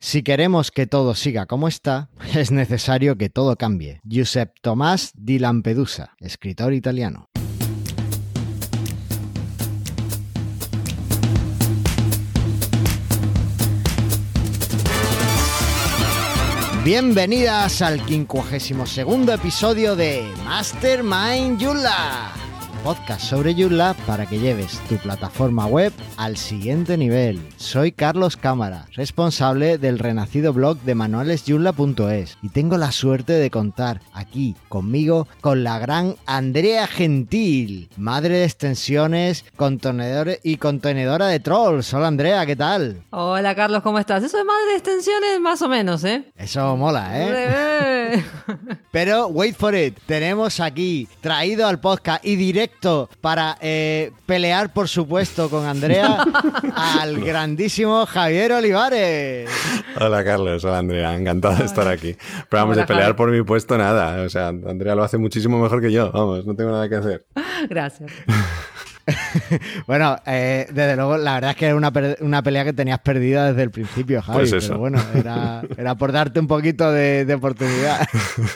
Si queremos que todo siga como está, es necesario que todo cambie. Giuseppe Tomás di Lampedusa, escritor italiano. Bienvenidas al 52º episodio de Mastermind Joomla, podcast sobre Joomla para que lleves tu plataforma web al siguiente nivel. Soy Carlos Cámara, responsable del renacido blog de manualesjoomla.es y tengo la suerte de contar aquí conmigo con la gran Andrea Gentil, madre de extensiones, contenedora de trolls. Hola Andrea, ¿qué tal? Hola Carlos, ¿cómo estás? Eso de madre de extensiones más o menos, ¿eh? Eso mola, ¿eh? Pero wait for it, tenemos aquí traído al podcast y directo para pelear, por supuesto, con Andrea al grandísimo Javier Olivares. Hola Carlos, hola Andrea, encantado de estar aquí. Pero vamos, de pelear por mi puesto nada, o sea, Andrea lo hace muchísimo mejor que yo, vamos, no tengo nada que hacer. Gracias. Bueno, desde luego, la verdad es que era una pelea que tenías perdida desde el principio, Javi. Pues eso. Pero bueno, era por darte un poquito de oportunidad.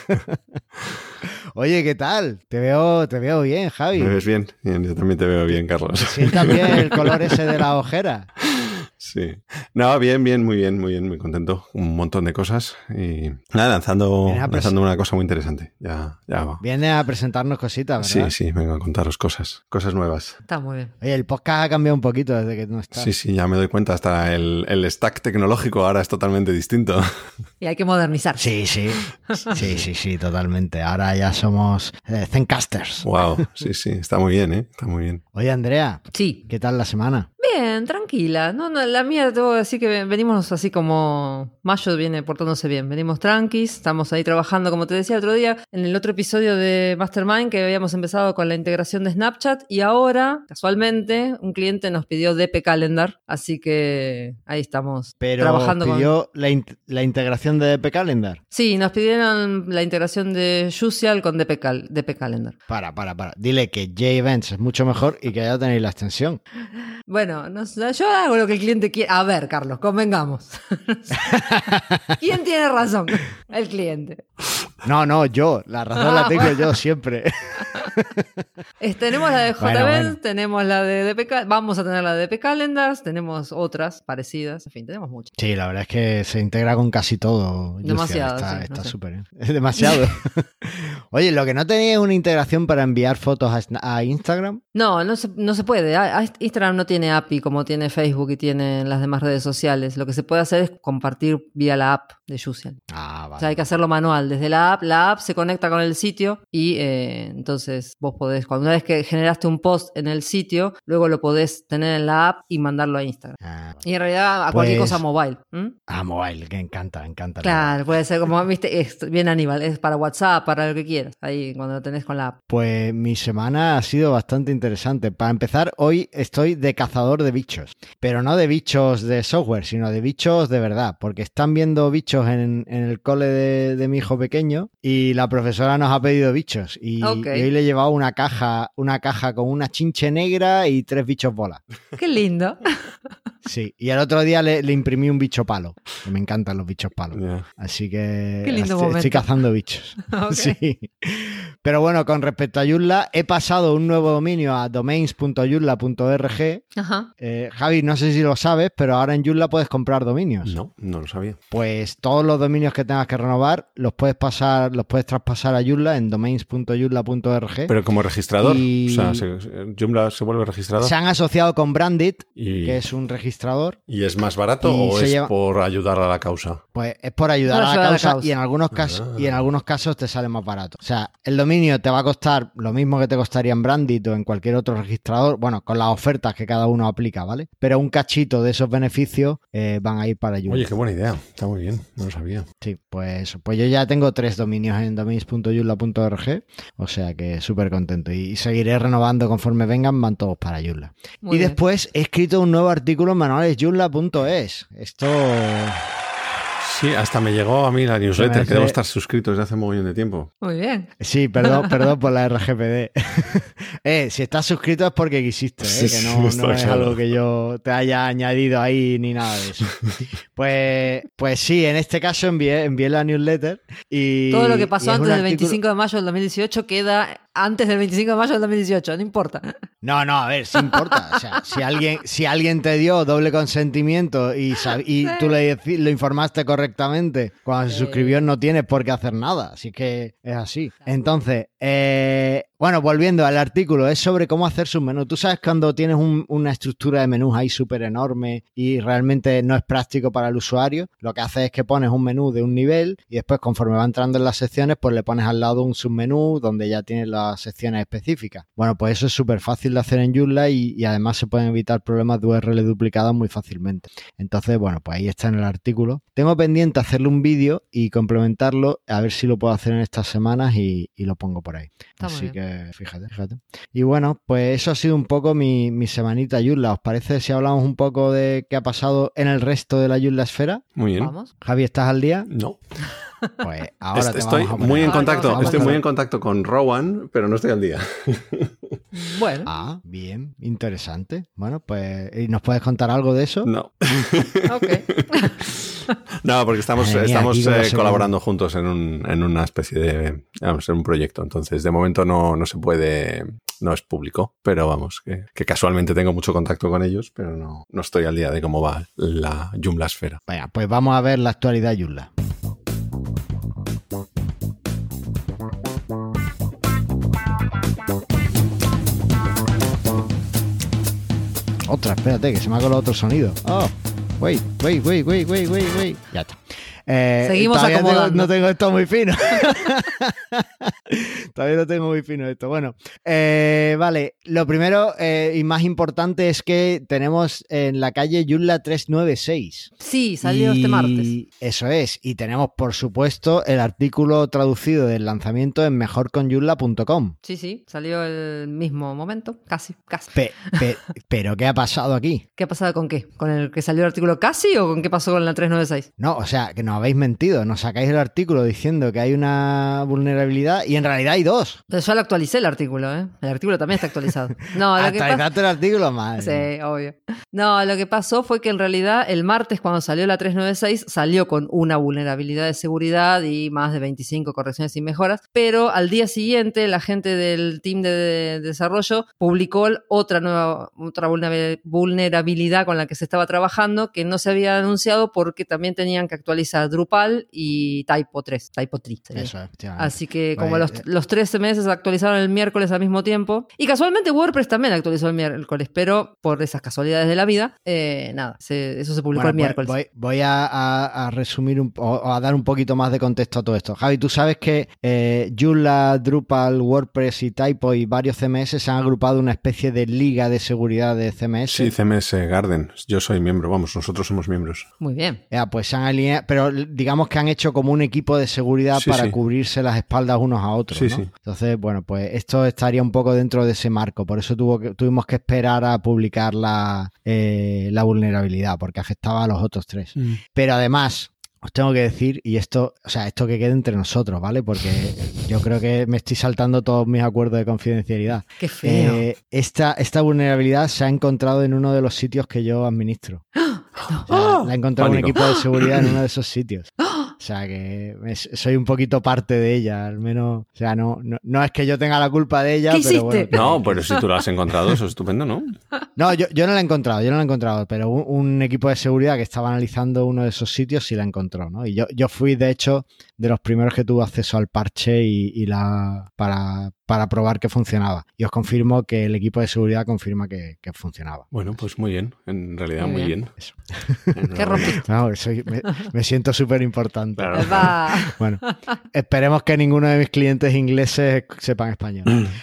Oye, ¿qué tal? Te veo bien, Javi. ¿Me ves bien? Bien, yo también te veo bien, Carlos. ¿Sientas bien el color ese de la ojera? Sí. No, bien, muy contento. Un montón de cosas y nada, lanzando una cosa muy interesante. Ya va. Viene a presentarnos cositas, ¿verdad? Sí, vengo a contaros cosas nuevas. Está muy bien. Oye, el podcast ha cambiado un poquito desde que no estás. Sí, ya me doy cuenta. Hasta el stack tecnológico ahora es totalmente distinto. Y hay que modernizar. Sí, totalmente. Ahora ya somos Zencasters. Wow, sí, está muy bien, Está muy bien. Oye, Andrea. Sí. ¿Qué tal la semana? Bien, tranquila. No, la mía, debo decir que venimos así como... Mayo viene portándose bien. Venimos tranquis, estamos ahí trabajando, como te decía el otro día, en el otro episodio de Mastermind, que habíamos empezado con la integración de Snapchat, y ahora, casualmente, un cliente nos pidió DP Calendar, así que ahí estamos trabajando. ¿Pero pidió la integración de DP Calendar? Sí, nos pidieron la integración de Jusial con DP Calendar. Para. Dile que JEvents es mucho mejor y que ya tenéis la extensión. Bueno, no sé, yo hago lo que el cliente quiere. A ver, Carlos, convengamos. ¿Quién tiene razón? El cliente. No, yo. La razón la tengo yo siempre. Tenemos la de JEvents, Bueno. tenemos la de DP, vamos a tener la de DP Calendars, tenemos otras parecidas, en fin, tenemos muchas. Sí, la verdad es que se integra con casi todo. Demasiado, Jusial. sí, Está no sé. súper bien. Es demasiado. Oye, lo que no tenía es una integración para enviar fotos a Instagram. No se puede. Instagram no tiene API como tiene Facebook y tienen las demás redes sociales. Lo que se puede hacer es compartir vía la app de Jusial. Ah, vale. O sea, hay que hacerlo manual desde la app se conecta con el sitio y entonces vos podés, una vez que generaste un post en el sitio, luego lo podés tener en la app y mandarlo a Instagram. Y en realidad a cualquier cosa mobile. Mobile, que encanta. Claro, puede ser como, viste, bien Aníbal, es para WhatsApp, para lo que quieras, ahí cuando lo tenés con la app. Pues mi semana ha sido bastante interesante. Para empezar, hoy estoy de cazador de bichos, pero no de bichos de software, sino de bichos de verdad, porque están viendo bichos en el cole de mi hijo pequeño y la profesora nos ha pedido bichos y hoy le he llevado una caja con una chinche negra y 3 bichos bola. ¡Qué lindo! Sí, y el otro día le imprimí un bicho palo, que me encantan los bichos palos. Yeah. Así que Qué lindo momento. estoy cazando bichos. Okay. Sí. Pero bueno, con respecto a Joomla, he pasado un nuevo dominio a domains.joomla.org. Ajá. Javi, no sé si lo sabes, pero ahora en Joomla puedes comprar dominios. No lo sabía. Pues todos los dominios que tengas que renovar los puedes traspasar a Joomla en domains.joomla.org. Pero como registrador, Y- o sea, ¿Joomla se vuelve registrador? Se han asociado con Brandit, Y- que es un registrador. ¿Y es más barato Y o se es lleva- por ayudar a la causa? Pues es por ayudar Por a la ayudar a la causa, causa. y en algunos casos te sale más barato. O sea, el dominio te va a costar lo mismo que te costaría en Brandit o en cualquier otro registrador, bueno, con las ofertas que cada uno aplica, ¿vale? Pero un cachito de esos beneficios van a ir para Joomla. Oye, qué buena idea. Está muy bien, no lo sabía. Sí, pues yo ya tengo 3 dominios en domains.joomla.org, o sea que súper contento. Y seguiré renovando conforme vengan, van todos para Joomla. Muy Y bien. después he escrito un nuevo artículo en manualesjoomla.es. Esto... Sí, hasta me llegó a mí la newsletter, que debo estar suscrito desde hace un mogollón de tiempo. Muy bien. Sí, perdón por la RGPD. Si estás suscrito es porque quisiste, que no es algo que yo te haya añadido ahí ni nada de eso. Pues sí, en este caso envié la newsletter y... Todo lo que pasó antes del 25 de mayo del 2018 queda antes del 25 de mayo del 2018, no importa. No, a ver, sí importa. O sea, si alguien te dio doble consentimiento y tú lo informaste correctamente cuando se suscribió, no tienes por qué hacer nada. Así que es así. Entonces, bueno, volviendo al artículo, es sobre cómo hacer sus menús. Tú sabes cuando tienes una estructura de menús ahí súper enorme y realmente no es práctico para el usuario, lo que haces es que pones un menú de un nivel y después conforme va entrando en las secciones, pues le pones al lado un submenú donde ya tienes las secciones específicas. Bueno, pues eso es súper fácil de hacer en Joomla y además se pueden evitar problemas de URL duplicadas muy fácilmente. Entonces, bueno, pues ahí está en el artículo. Tengo pendiente hacerle un vídeo y complementarlo, a ver si lo puedo hacer en estas semanas y lo pongo por ahí. Así que fíjate. Y bueno, pues eso ha sido un poco mi semanita Joomla. ¿Os parece si hablamos un poco de qué ha pasado en el resto de la Joomla esfera? Muy bien. ¿Vamos? Javi, ¿estás al día? No. Pues ahora estoy muy en contacto con Rowan, pero no estoy al día. Bueno. Bien, interesante. Bueno, pues ¿y nos puedes contar algo de eso? No. Ok. No, porque estamos colaborando juntos en una especie de, en un proyecto. Entonces, de momento no se puede, no es público, pero vamos, que casualmente tengo mucho contacto con ellos, pero no estoy al día de cómo va la Joomla esfera. Venga, pues vamos a ver la actualidad Joomla. Otra, espérate, que se me ha colado otro sonido. Wait. Ya está. Seguimos acomodando. No tengo esto muy fino. Todavía no tengo muy fino esto. Bueno, vale. Lo primero y más importante es que tenemos en la calle Joomla 396. Sí, salió este martes. Eso es. Y tenemos, por supuesto, el artículo traducido del lanzamiento en mejorconjoomla.com. Sí, salió el mismo momento. Casi. Pero, ¿qué ha pasado aquí? ¿Qué ha pasado con qué? ¿Con el que salió el artículo casi o con qué pasó con la 396? No, o sea, que nos habéis mentido. Nos sacáis el artículo diciendo que hay una vulnerabilidad y en realidad hay dos. Entonces yo lo actualicé el artículo, ¿eh? El artículo también está actualizado. No, ¿Actualizaste el artículo? Madre. Sí, obvio. No, lo que pasó fue que en realidad el martes cuando salió la 396 salió con una vulnerabilidad de seguridad y más de 25 correcciones y mejoras, pero al día siguiente la gente del team de desarrollo publicó otra vulnerabilidad con la que se estaba trabajando que no se había anunciado porque también tenían que actualizar Drupal y Typo 3. Eso, así que como los 13 meses actualizaron el miércoles al mismo tiempo. Y casualmente WordPress también actualizó el miércoles, pero por esas casualidades de la vida, eso se publicó el miércoles. Voy a resumir o a dar un poquito más de contexto a todo esto. Javi, tú sabes que Joomla, Drupal, WordPress y Typo y varios CMS se han agrupado en una especie de liga de seguridad de CMS. Sí, CMS Garden. Yo soy miembro, nosotros somos miembros. Muy bien. Pues se han alineado, pero digamos que han hecho como un equipo de seguridad para cubrirse las espaldas unos a otros, ¿no? Sí. Entonces, bueno, pues esto estaría un poco dentro de ese marco. Por eso tuvimos que esperar a publicar la vulnerabilidad, porque afectaba a los otros tres. Pero además, os tengo que decir, y esto que quede entre nosotros, ¿vale? Porque yo creo que me estoy saltando todos mis acuerdos de confidencialidad. ¡Qué feo! Esta vulnerabilidad se ha encontrado en uno de los sitios que yo administro. La ha encontrado un equipo de seguridad en uno de esos sitios. O sea que soy un poquito parte de ella, al menos. O sea, no es que yo tenga la culpa de ella, ¿Qué pero hiciste? bueno. No, pero si tú la has encontrado, eso es estupendo, ¿no? No, yo no la he encontrado, pero un equipo de seguridad que estaba analizando uno de esos sitios sí la encontró, ¿no? Y yo fui, de hecho, de los primeros que tuvo acceso al parche para probar que funcionaba. Y os confirmo que el equipo de seguridad confirma que funcionaba. Bueno, pues muy bien. En realidad, muy bien. Eso. ¿Qué rompiste? No, me siento súper importante. Claro. Bueno, esperemos que ninguno de mis clientes ingleses sepan español.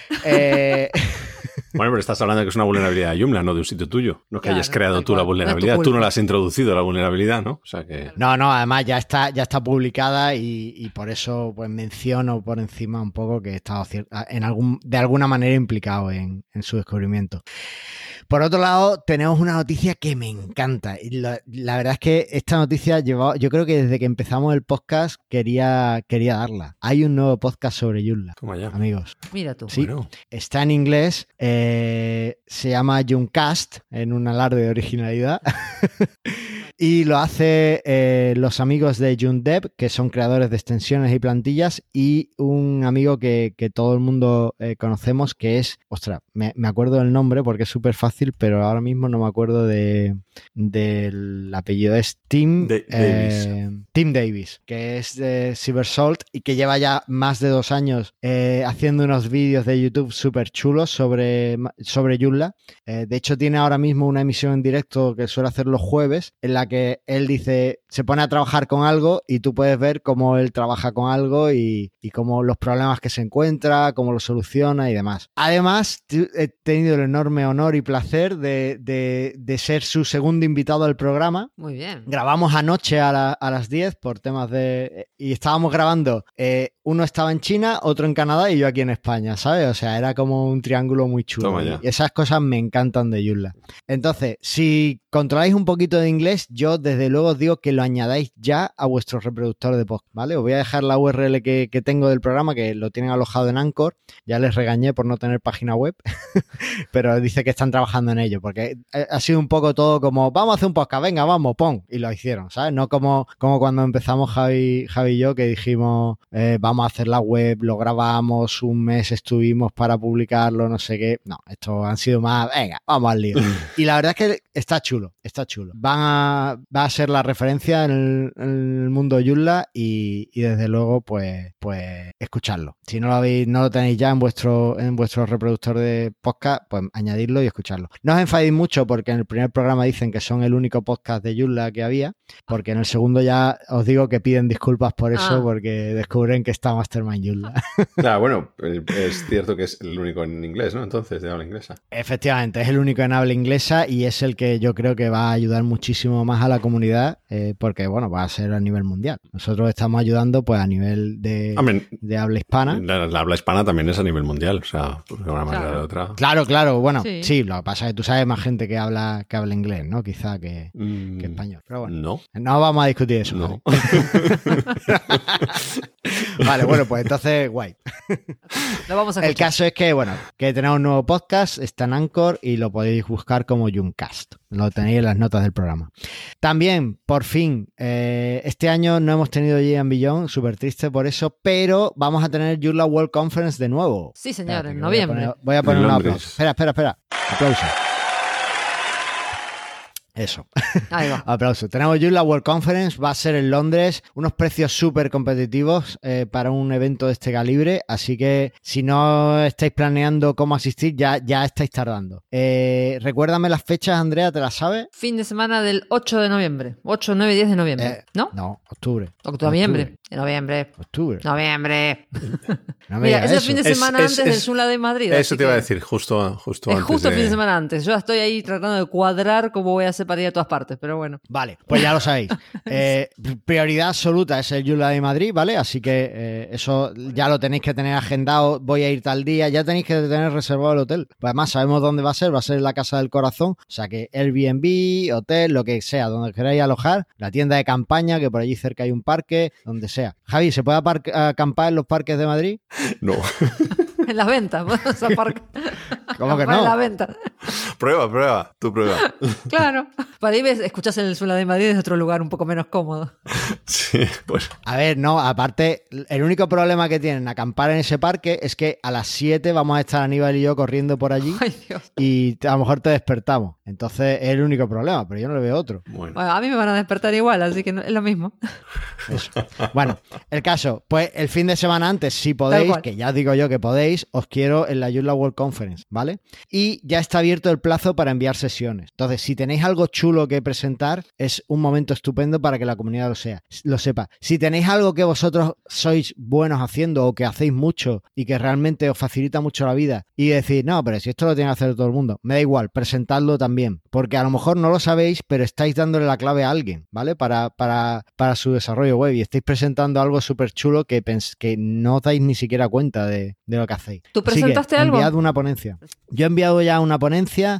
Bueno, pero estás hablando de que es una vulnerabilidad de Joomla, no de un sitio tuyo. No que hayas creado tú la vulnerabilidad. No tú no la has introducido, la vulnerabilidad, ¿no? O sea que... No, además ya está publicada y por eso pues menciono por encima un poco que he estado de alguna manera implicado en su descubrimiento. Por otro lado, tenemos una noticia que me encanta. Y la verdad es que esta noticia yo creo que desde que empezamos el podcast quería darla. Hay un nuevo podcast sobre Joomla, amigos. Mira tú. Sí, bueno. Está en inglés, se llama Joomcast, en un alarde de originalidad. Y lo hace los amigos de JoomDev, que son creadores de extensiones y plantillas, y un amigo que todo el mundo conocemos, que es, ostras, me acuerdo del nombre porque es súper fácil, pero ahora mismo no me acuerdo del apellido. Es Tim Davis, que es de Cybersalt y que lleva ya más de 2 años haciendo unos vídeos de YouTube súper chulos sobre Joomla. De hecho, tiene ahora mismo una emisión en directo que suele hacer los jueves, en la que él dice, se pone a trabajar con algo y tú puedes ver cómo él trabaja con algo y cómo los problemas que se encuentra, cómo los soluciona y demás. Además, he tenido el enorme honor y placer de ser su segundo invitado al programa. Muy bien. Grabamos anoche a las 10 por temas de... Y estábamos grabando, uno estaba en China, otro en Canadá y yo aquí en España, ¿sabes? O sea, era como un triángulo muy chulo. Y esas cosas me encantan de Joomla. Entonces, si controláis un poquito de inglés, yo desde luego os digo que lo añadáis ya a vuestro reproductor de podcast, ¿vale? Os voy a dejar la URL que tengo del programa, que lo tienen alojado en Anchor. Ya les regañé por no tener página web, pero dice que están trabajando en ello, porque ha sido un poco todo como, vamos a hacer un podcast, venga, vamos, pon, y lo hicieron, ¿sabes? No como cuando empezamos Javi y yo, que dijimos, vamos a hacer la web, lo grabamos, un mes estuvimos para publicarlo, no sé qué. No, esto han sido más, venga, vamos al lío. Y la verdad es que está chulo. Va a ser la referencia en el mundo Joomla y desde luego, pues escuchadlo. Si no lo tenéis ya en vuestro reproductor de podcast, pues añadirlo y escucharlo. No os enfadéis mucho porque en el primer programa dicen que son el único podcast de Joomla que había, porque en el segundo ya os digo que piden disculpas por eso, porque descubren que está Mastermind Joomla. Bueno, es cierto que es el único en inglés, ¿no? Entonces, de habla inglesa. Efectivamente, es el único en habla inglesa y es el que yo creo que va a ayudar muchísimo más a la comunidad, porque, bueno, va a ser a nivel mundial. Nosotros estamos ayudando pues a nivel de habla hispana. La habla hispana también es a nivel mundial, o sea, de una manera o de otra. Claro, bueno, sí, lo que pasa es que tú sabes más gente que habla inglés, ¿no? Quizá que español. Pero bueno, no vamos a discutir eso. No. Vale, bueno, pues entonces, guay. Lo vamos a escuchar. El caso es que, bueno, que tenemos un nuevo podcast, está en Anchor y lo podéis buscar como Joomcast. Lo tenéis en las notas del programa. También, por fin, este año no hemos tenido J&B Beyond, súper triste por eso, pero vamos a tener Joomla World Conference de nuevo. Sí, señor, en noviembre. Voy a poner un aplauso. Espera. Aplauso. Eso. Ahí va. Aplauso. Tenemos Joomla World Conference, va a ser en Londres, unos precios súper competitivos para un evento de este calibre, así que si no estáis planeando cómo asistir, ya estáis tardando. Recuérdame las fechas, Andrea, ¿te las sabes? Fin de semana del 8 de noviembre. 8, 9 y 10 de noviembre. ¿No? No, octubre. Noviembre. Noviembre. Octubre. Noviembre. No me Mira, es el eso. fin de semana antes del Joomla de Madrid. Eso te iba a decir, justo antes. Es justo el fin de semana antes. Yo estoy ahí tratando de cuadrar cómo voy a hacer para ir a todas partes, pero bueno. Vale, pues ya lo sabéis. Prioridad absoluta es el Joomla de Madrid, ¿vale? Así que eso ya lo tenéis que tener agendado. Voy a ir tal día, ya tenéis que tener reservado el hotel. Pues además sabemos dónde va a ser en la Casa del Corazón. O sea que Airbnb, hotel, lo que sea, donde queráis alojar, la tienda de campaña, que por allí cerca hay un parque, donde sea. Javi, ¿se puede acampar en los parques de Madrid? No. En las ventas. ¿Cómo que no? En la venta. Prueba, tú prueba. Claro. Para ir escuchás en el Joomla de Madrid es otro lugar un poco menos cómodo. Sí, pues. A ver, no, aparte, el único problema que tienen acampar en ese parque es que a las 7 vamos a estar Aníbal y yo corriendo por allí. Ay, Dios. Y a lo mejor te despertamos. Entonces es el único problema, pero yo no le veo otro. Bueno, a mí me van a despertar igual, así que es lo mismo. Eso. Bueno, el caso, pues el fin de semana antes, si podéis, que ya os digo yo que podéis, os quiero en la Joomla World Conference, ¿vale? Y ya está abierto el plazo para enviar sesiones. Entonces, si tenéis algo chulo que presentar, es un momento estupendo para que la comunidad lo sepa. Si tenéis algo que vosotros sois buenos haciendo o que hacéis mucho y que realmente os facilita mucho la vida y decir, no, pero si esto lo tiene que hacer todo el mundo, me da igual, presentadlo también, porque a lo mejor no lo sabéis, pero estáis dándole la clave a alguien, ¿vale? Para su desarrollo web y estáis presentando algo súper chulo que no os dais ni siquiera cuenta de lo que hacéis. ¿Tú presentaste algo? Enviad una ponencia. Yo he enviado ya una ponencia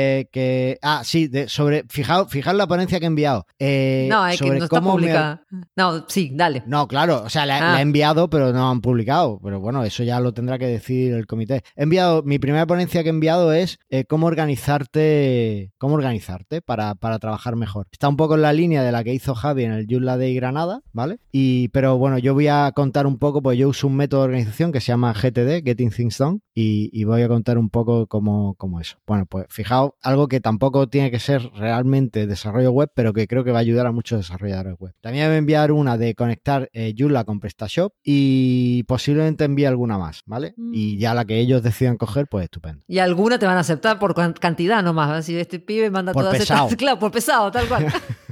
fijaos la ponencia que he enviado. No, es que no está publicada. No, sí, dale. No, claro, o sea, la he enviado, pero no han publicado. Pero bueno, eso ya lo tendrá que decir el comité. Mi primera ponencia que he enviado es cómo organizarte para trabajar mejor. Está un poco en la línea de la que hizo Javi en el Joomla Day Granada, ¿vale? Pero bueno, yo voy a contar un poco, pues yo uso un método de organización que se llama GTD, Getting Things Done, y voy a contar un poco cómo eso. Bueno, pues fijaos, algo que tampoco tiene que ser realmente desarrollo web, pero que creo que va a ayudar a muchos desarrolladores web. También voy a enviar una de conectar Joomla con PrestaShop y posiblemente envíe alguna más, ¿vale? Y ya la que ellos decidan coger, pues estupendo. Y alguna te van a aceptar por cantidad nomás. Así este pibe manda por todas pesado. estas. Claro, por pesado, tal cual.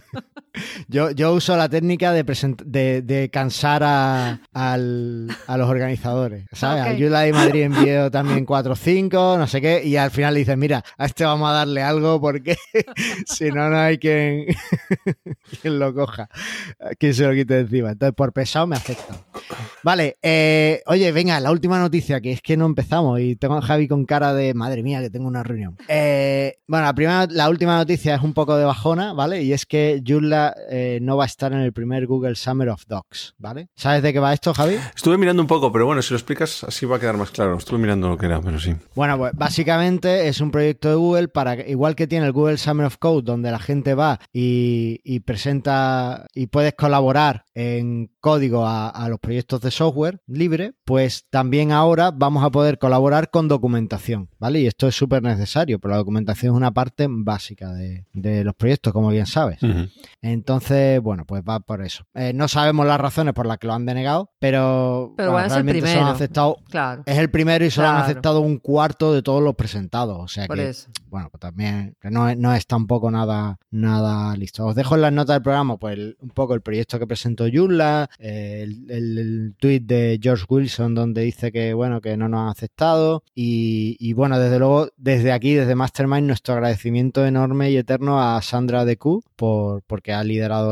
Yo uso la técnica de cansar a los organizadores, ¿sabes? Okay. Al Joomla de Madrid envío también 4 o 5, no sé qué, y al final dices, mira, a este vamos a darle algo porque si no, no hay quien lo coja, quien se lo quite de encima. Entonces, por pesado me acepta. Vale, oye, venga, la última noticia, que es que no empezamos y tengo a Javi con cara de, madre mía, que tengo una reunión. Bueno, la última noticia es un poco de bajona, ¿vale? Y es que Joomla no va a estar en el primer Google Summer of Docs, ¿vale? ¿Sabes de qué va esto, Javi? Estuve mirando un poco, pero bueno, si lo explicas así va a quedar más claro. Estuve mirando lo que era, pero sí. Bueno, pues básicamente es un proyecto de Google igual que tiene el Google Summer of Code, donde la gente va y presenta y puedes colaborar en código a los proyectos de software libre, pues también ahora vamos a poder colaborar con documentación, ¿vale? Y esto es súper necesario, pero la documentación es una parte básica de los proyectos, como bien sabes. Uh-huh. Entonces, bueno, pues va por eso. No sabemos las razones por las que lo han denegado, pero bueno, realmente solo han aceptado. Claro. Es el primero y solo han aceptado un cuarto de todos los presentados. O sea por que, eso. Bueno, pues también que no es tampoco nada listo. Os dejo en las notas del programa, pues un poco el proyecto que presentó Joomla, el tweet de George Wilson donde dice que, bueno, que no nos han aceptado y bueno, desde luego, desde aquí, desde Mastermind, nuestro agradecimiento enorme y eterno a Sandra Deku porque ha liderado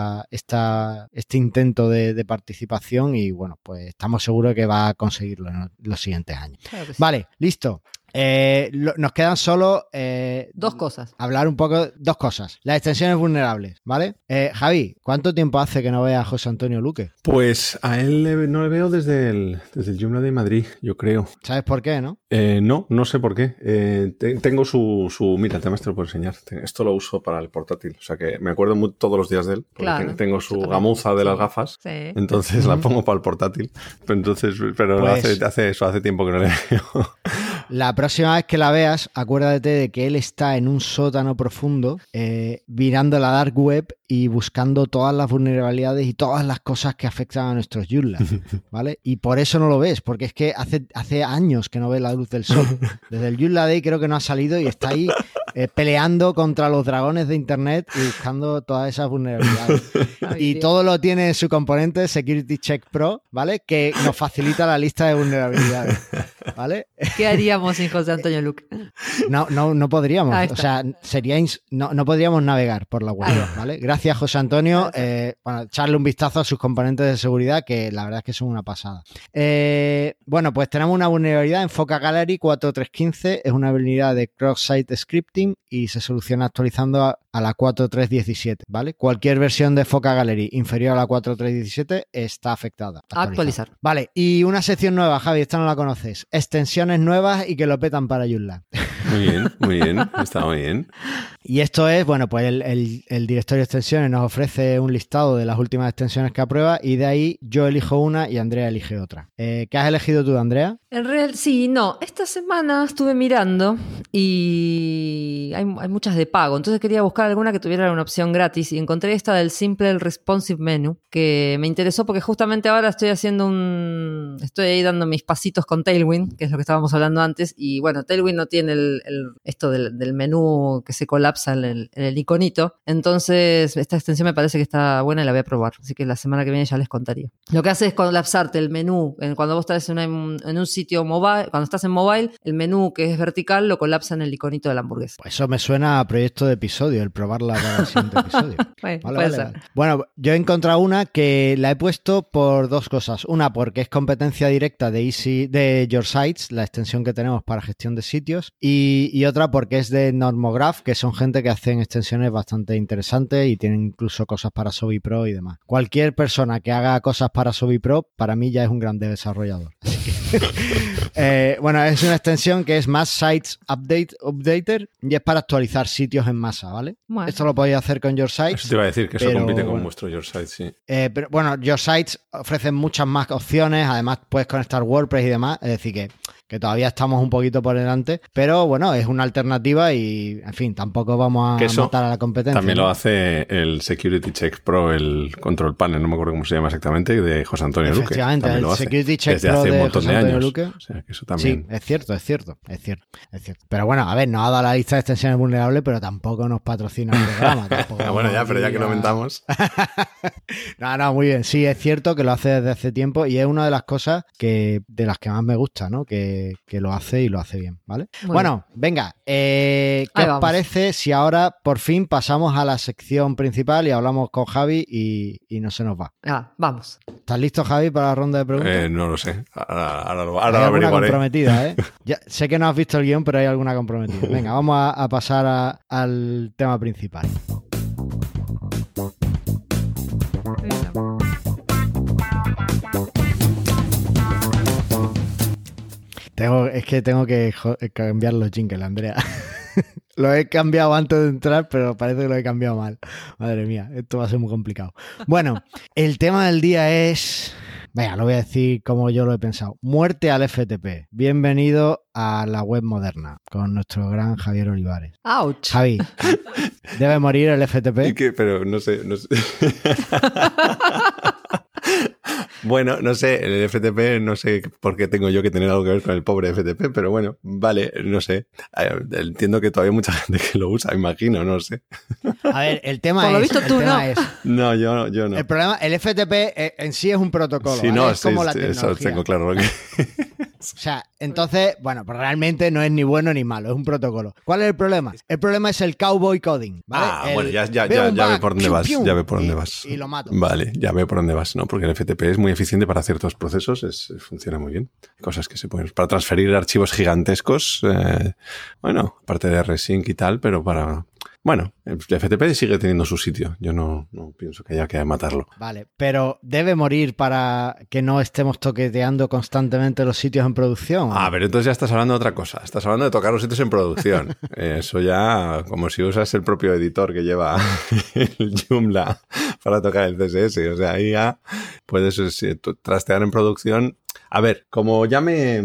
este intento de participación y bueno, pues estamos seguros de que va a conseguirlo en los siguientes años. Claro que sí. Vale, listo. Nos quedan solo dos cosas. Hablar un poco, dos cosas. Las extensiones vulnerables, ¿vale? Javi, ¿cuánto tiempo hace que no veas a José Antonio Luque? Pues a él no le veo desde el Joomla de Madrid, yo creo. ¿Sabes por qué, no? No sé por qué. Tengo mira, además te lo puedo enseñar. Esto lo uso para el portátil, o sea que me acuerdo todos los días de él, porque claro, tengo su gamuza de las gafas, sí. Entonces la pongo para el portátil. Pero pues, hace tiempo que no le veo. La próxima vez que la veas, acuérdate de que él está en un sótano profundo mirando la dark web y buscando todas las vulnerabilidades y todas las cosas que afectan a nuestros Joomla, ¿vale? Y por eso no lo ves, porque es que hace años que no ves la luz del sol. Desde el Joomla Day creo que no ha salido y está ahí peleando contra los dragones de internet y buscando todas esas vulnerabilidades. Y todo lo tiene en su componente Security Check Pro, ¿vale? Que nos facilita la lista de vulnerabilidades, ¿vale? ¿Qué haríamos sin José Antonio Luque? No podríamos, o sea, no podríamos navegar por la web, ¿vale? Gracias, José Antonio. Bueno, echarle un vistazo a sus componentes de seguridad, que la verdad es que son una pasada. Bueno, pues tenemos una vulnerabilidad en Foca Gallery 4.3.15, es una vulnerabilidad de cross-site scripting y se soluciona actualizando a la 4.3.17, ¿vale? Cualquier versión de Foca Gallery inferior a la 4.3.17 está afectada. Actualizar. Vale, y una sección nueva, Javi, esta no la conoces. Extensiones nuevas y que lo petan para Joomla. Muy bien, está muy bien. Y esto es, bueno, pues el directorio de extensiones nos ofrece un listado de las últimas extensiones que aprueba y de ahí yo elijo una y Andrea elige otra. ¿Qué has elegido tú, Andrea? Esta semana estuve mirando y hay muchas de pago, entonces quería buscar alguna que tuviera una opción gratis y encontré esta del Simple Responsive Menu, que me interesó porque justamente ahora estoy ahí dando mis pasitos con Tailwind, que es lo que estábamos hablando antes, y bueno, Tailwind no tiene esto del menú que se colapsa en el iconito. Entonces, esta extensión me parece que está buena y la voy a probar. Así que la semana que viene ya les contaría. Lo que hace es colapsarte el menú. Cuando vos estás en un sitio mobile, cuando estás en mobile, el menú que es vertical lo colapsa en el iconito de la hamburguesa. Pues eso me suena a proyecto de episodio, el probarla para el siguiente episodio. Vale. Bueno, yo he encontrado una que la he puesto por dos cosas. Una, porque es competencia directa de Your Sites, la extensión que tenemos para gestión de sitios, y otra porque es de Normograph, que son gente que hacen extensiones bastante interesantes y tienen incluso cosas para Sobi Pro y demás. Cualquier persona que haga cosas para Sobi Pro, para mí ya es un gran desarrollador. Así que, bueno, es una extensión que es Mass Sites Updater y es para actualizar sitios en masa, ¿vale? Bueno. Esto lo podéis hacer con Your Sites. Eso te iba a decir, que eso compite con vuestro Your Sites, sí. Pero bueno, Your Sites ofrecen muchas más opciones, además puedes conectar WordPress y demás, es decir que todavía estamos un poquito por delante, pero bueno, es una alternativa y, en fin, tampoco vamos a matar a la competencia. También lo hace el Security Check Pro, el Control Panel, no me acuerdo cómo se llama exactamente, de José Antonio Luque. Efectivamente, el Security Check Pro de José Antonio Luque. O sea, que eso también... Sí, es cierto. Pero bueno, a ver, nos ha dado la lista de extensiones vulnerables, pero tampoco nos patrocina el programa. Bueno, ya, pero ya que lo aumentamos. No, muy bien. Sí, es cierto que lo hace desde hace tiempo y es una de las cosas de las que más me gusta, ¿no? Que lo hace y lo hace bien, ¿vale? Bueno, venga, ¿qué os parece si ahora por fin pasamos a la sección principal y hablamos con Javi y no se nos va? Vamos. ¿Estás listo, Javi, para la ronda de preguntas? No lo sé. Ahora lo averiguaré. Hay alguna comprometida, ¿eh? Ya, sé que no has visto el guión, pero hay alguna comprometida. Venga, vamos a pasar al tema principal. Tengo que cambiar los jingles, Andrea. Lo he cambiado antes de entrar, pero parece que lo he cambiado mal. Madre mía, esto va a ser muy complicado. Bueno, el tema del día es... Venga, lo voy a decir como yo lo he pensado. Muerte al FTP. Bienvenido a la web moderna con nuestro gran Javier Olivares. ¡Auch! Javi, ¿debe morir el FTP? Pero no sé. Bueno, no sé, el FTP, no sé por qué tengo yo que tener algo que ver con el pobre FTP, pero bueno, vale, no sé. Entiendo que todavía hay mucha gente que lo usa, imagino, no sé. A ver, el tema por lo visto tú no. No, yo no. El problema, el FTP en sí es un protocolo, sí, ¿vale? No, es como la eso tecnología. tengo claro. O sea, entonces, bueno, pues realmente no es ni bueno ni malo, es un protocolo. ¿Cuál es el problema? El problema es el cowboy coding, ¿vale? Bueno, ya ve por dónde vas, ya ve por dónde vas. Y lo mato. Vale, ya ve por dónde vas, ¿no? Porque el FTP es muy eficiente para ciertos procesos, funciona muy bien. Cosas que se pueden... Para transferir archivos gigantescos, bueno, aparte de rsync y tal, pero para... Bueno, el FTP sigue teniendo su sitio. Yo no pienso que haya que matarlo. Vale, pero ¿debe morir para que no estemos toqueteando constantemente los sitios en producción? Pero entonces ya estás hablando de otra cosa. Estás hablando de tocar los sitios en producción. Eso ya, como si usas el propio editor que lleva el Joomla para tocar el CSS. O sea, ahí ya puedes trastear en producción. A ver, como ya me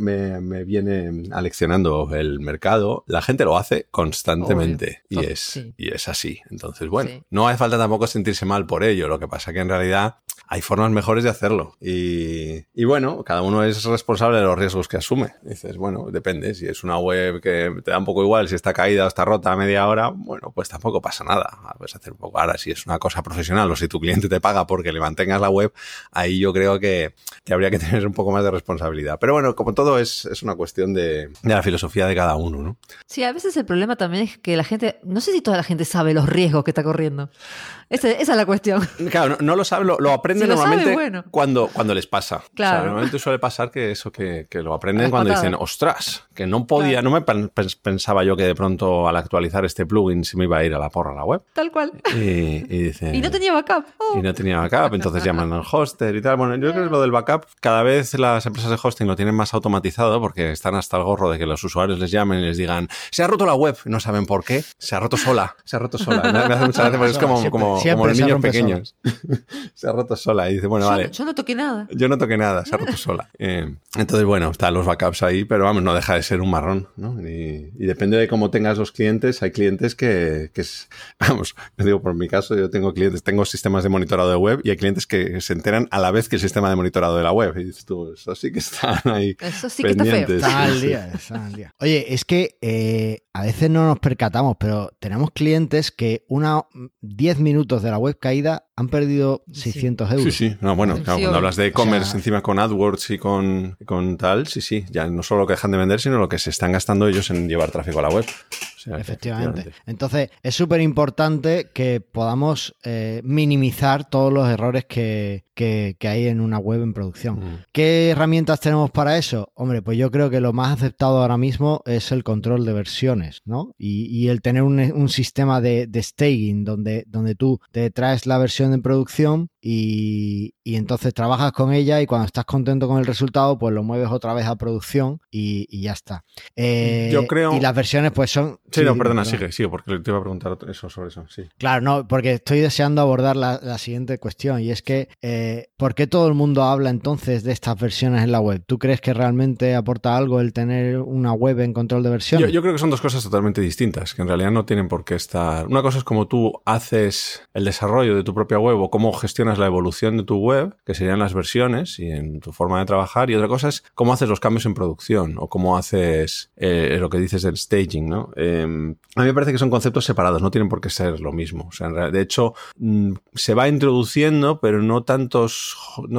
viene aleccionando el mercado, la gente lo hace constantemente y es así. Entonces, bueno, no hace falta tampoco sentirse mal por ello. Lo que pasa que en realidad hay formas mejores de hacerlo. Y bueno, cada uno es responsable de los riesgos que asume. Dices, bueno, depende. Si es una web que te da un poco igual, si está caída o está rota a media hora, bueno, pues tampoco pasa nada. Puedes hacer un poco. Ahora, si es una cosa profesional o si tu cliente te paga porque le mantengas la web, ahí yo creo que habría que tener un poco más de responsabilidad. Pero bueno, como todo es una cuestión de la filosofía de cada uno, ¿no? Sí, a veces el problema también es que la gente, no sé si toda la gente sabe los riesgos que está corriendo. Esa es la cuestión. Claro, no lo sabe, lo aprenden si normalmente bueno. cuando les pasa. Claro. O sea, normalmente suele pasar que lo aprenden cuando dicen, ostras, que no podía, claro. No me pensaba yo que de pronto al actualizar este plugin se me iba a ir a la porra la web. Tal cual. Y dicen, y no tenía backup. Y no tenía backup, entonces llaman al hoster y tal. Bueno, yo creo que lo del backup, cada vez las empresas de hosting lo tienen más automatizado porque están hasta el gorro de que los usuarios les llamen y les digan, se ha roto la web, no saben por qué, se ha roto sola. Me hace mucha gracia porque es como los niños pequeños. Se ha roto sola. Y dice, bueno, vale. Yo no toqué nada. Yo no toqué nada, se ha roto sola. Entonces, bueno, están los backups ahí, pero vamos, no deja de ser un marrón, ¿no? Y depende de cómo tengas los clientes. Hay clientes que vamos, yo digo por mi caso, yo tengo clientes, tengo sistemas de monitorado de web y hay clientes que se enteran a la vez que el sistema de monitorado de la web. Y dices tú, eso sí que están ahí. Eso sí pendientes. Que está feo. Están al día. Oye, es que a veces no nos percatamos, pero tenemos clientes que 10 minutos de la web caída han perdido 600 euros. Sí. No, bueno, claro, cuando hablas de e-commerce encima con AdWords y con tal, sí. Ya no solo lo que dejan de vender, sino lo que se están gastando ellos en llevar tráfico a la web. O sea, efectivamente. Entonces, es súper importante que podamos minimizar todos los errores que hay en una web en producción. ¿Qué herramientas tenemos para eso? Hombre, pues yo creo que lo más aceptado ahora mismo es el control de versiones, ¿no? Y el tener un sistema de staging donde tú te traes la versión en producción y entonces trabajas con ella y cuando estás contento con el resultado, pues lo mueves otra vez a producción y ya está. Yo creo... Y las versiones pues son... Sí, no, perdona, sigue, porque te iba a preguntar sobre eso, sí. Claro, no, porque estoy deseando abordar la siguiente cuestión y es que ¿por qué todo el mundo habla entonces de estas versiones en la web? ¿Tú crees que realmente aporta algo el tener una web en control de versiones? Yo creo que son dos cosas totalmente distintas, que en realidad no tienen por qué estar... Una cosa es cómo tú haces el desarrollo de tu propia web o cómo gestionas la evolución de tu web, que serían las versiones y en tu forma de trabajar, y otra cosa es cómo haces los cambios en producción o cómo haces lo que dices del staging, ¿no? A mí me parece que son conceptos separados, no tienen por qué ser lo mismo. O sea, de hecho, se va introduciendo, pero no tantos,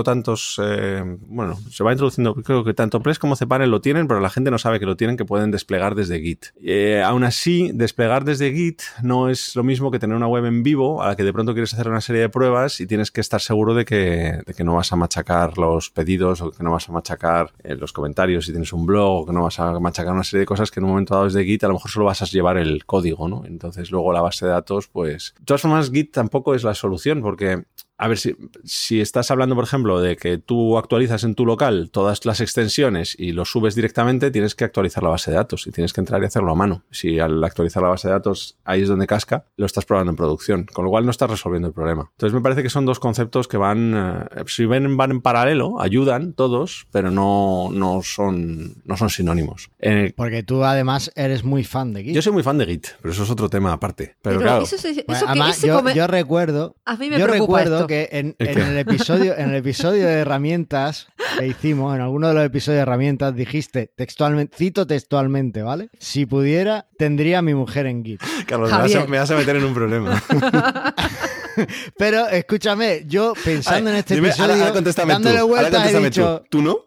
se va introduciendo, creo que tanto Press como Cpanel lo tienen, pero la gente no sabe que lo tienen, que pueden desplegar desde Git. Aún así, desplegar desde Git no es lo mismo que tener una web en vivo a la que de pronto quieres hacer una serie de pruebas y tienes que estar seguro de que no vas a machacar los pedidos o que no vas a machacar los comentarios si tienes un blog o que no vas a machacar una serie de cosas que en un momento dado desde Git a lo mejor solo vas a llevar el código, ¿no? Entonces luego la base de datos, pues... De todas formas, Git tampoco es la solución porque... A ver, si estás hablando, por ejemplo, de que tú actualizas en tu local todas las extensiones y lo subes directamente, tienes que actualizar la base de datos y tienes que entrar y hacerlo a mano. Si al actualizar la base de datos ahí es donde casca, lo estás probando en producción, con lo cual no estás resolviendo el problema. Entonces me parece que son dos conceptos que van en paralelo, ayudan todos, pero no son sinónimos. Porque tú además eres muy fan de Git. Yo soy muy fan de Git, pero eso es otro tema aparte. Pero claro. Además, yo recuerdo... A mí me preocupa esto. Que en el episodio de herramientas que hicimos, en alguno de los episodios de herramientas, dijiste textualmente, cito textualmente, ¿vale? Si pudiera, tendría a mi mujer en Git. Carlos, me vas a meter en un problema. Pero escúchame, yo pensando en este episodio, ahora contéstame dándole vueltas, he dicho... ¿Tú no?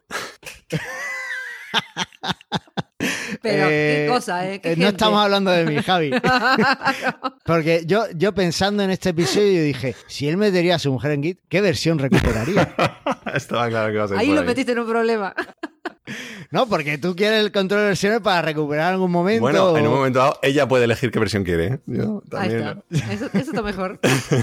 Pero qué cosa, no estamos hablando de mí, Javi. Porque yo pensando en este episodio dije, si él metería a su mujer en Git, ¿qué versión recuperaría? Estaba claro que iba a ser ahí lo metiste en un problema. No, porque tú quieres el control de versiones para recuperar en algún momento. Bueno, en un momento dado, ella puede elegir qué versión quiere, ¿eh? Yo también. Ahí está. Eso está mejor.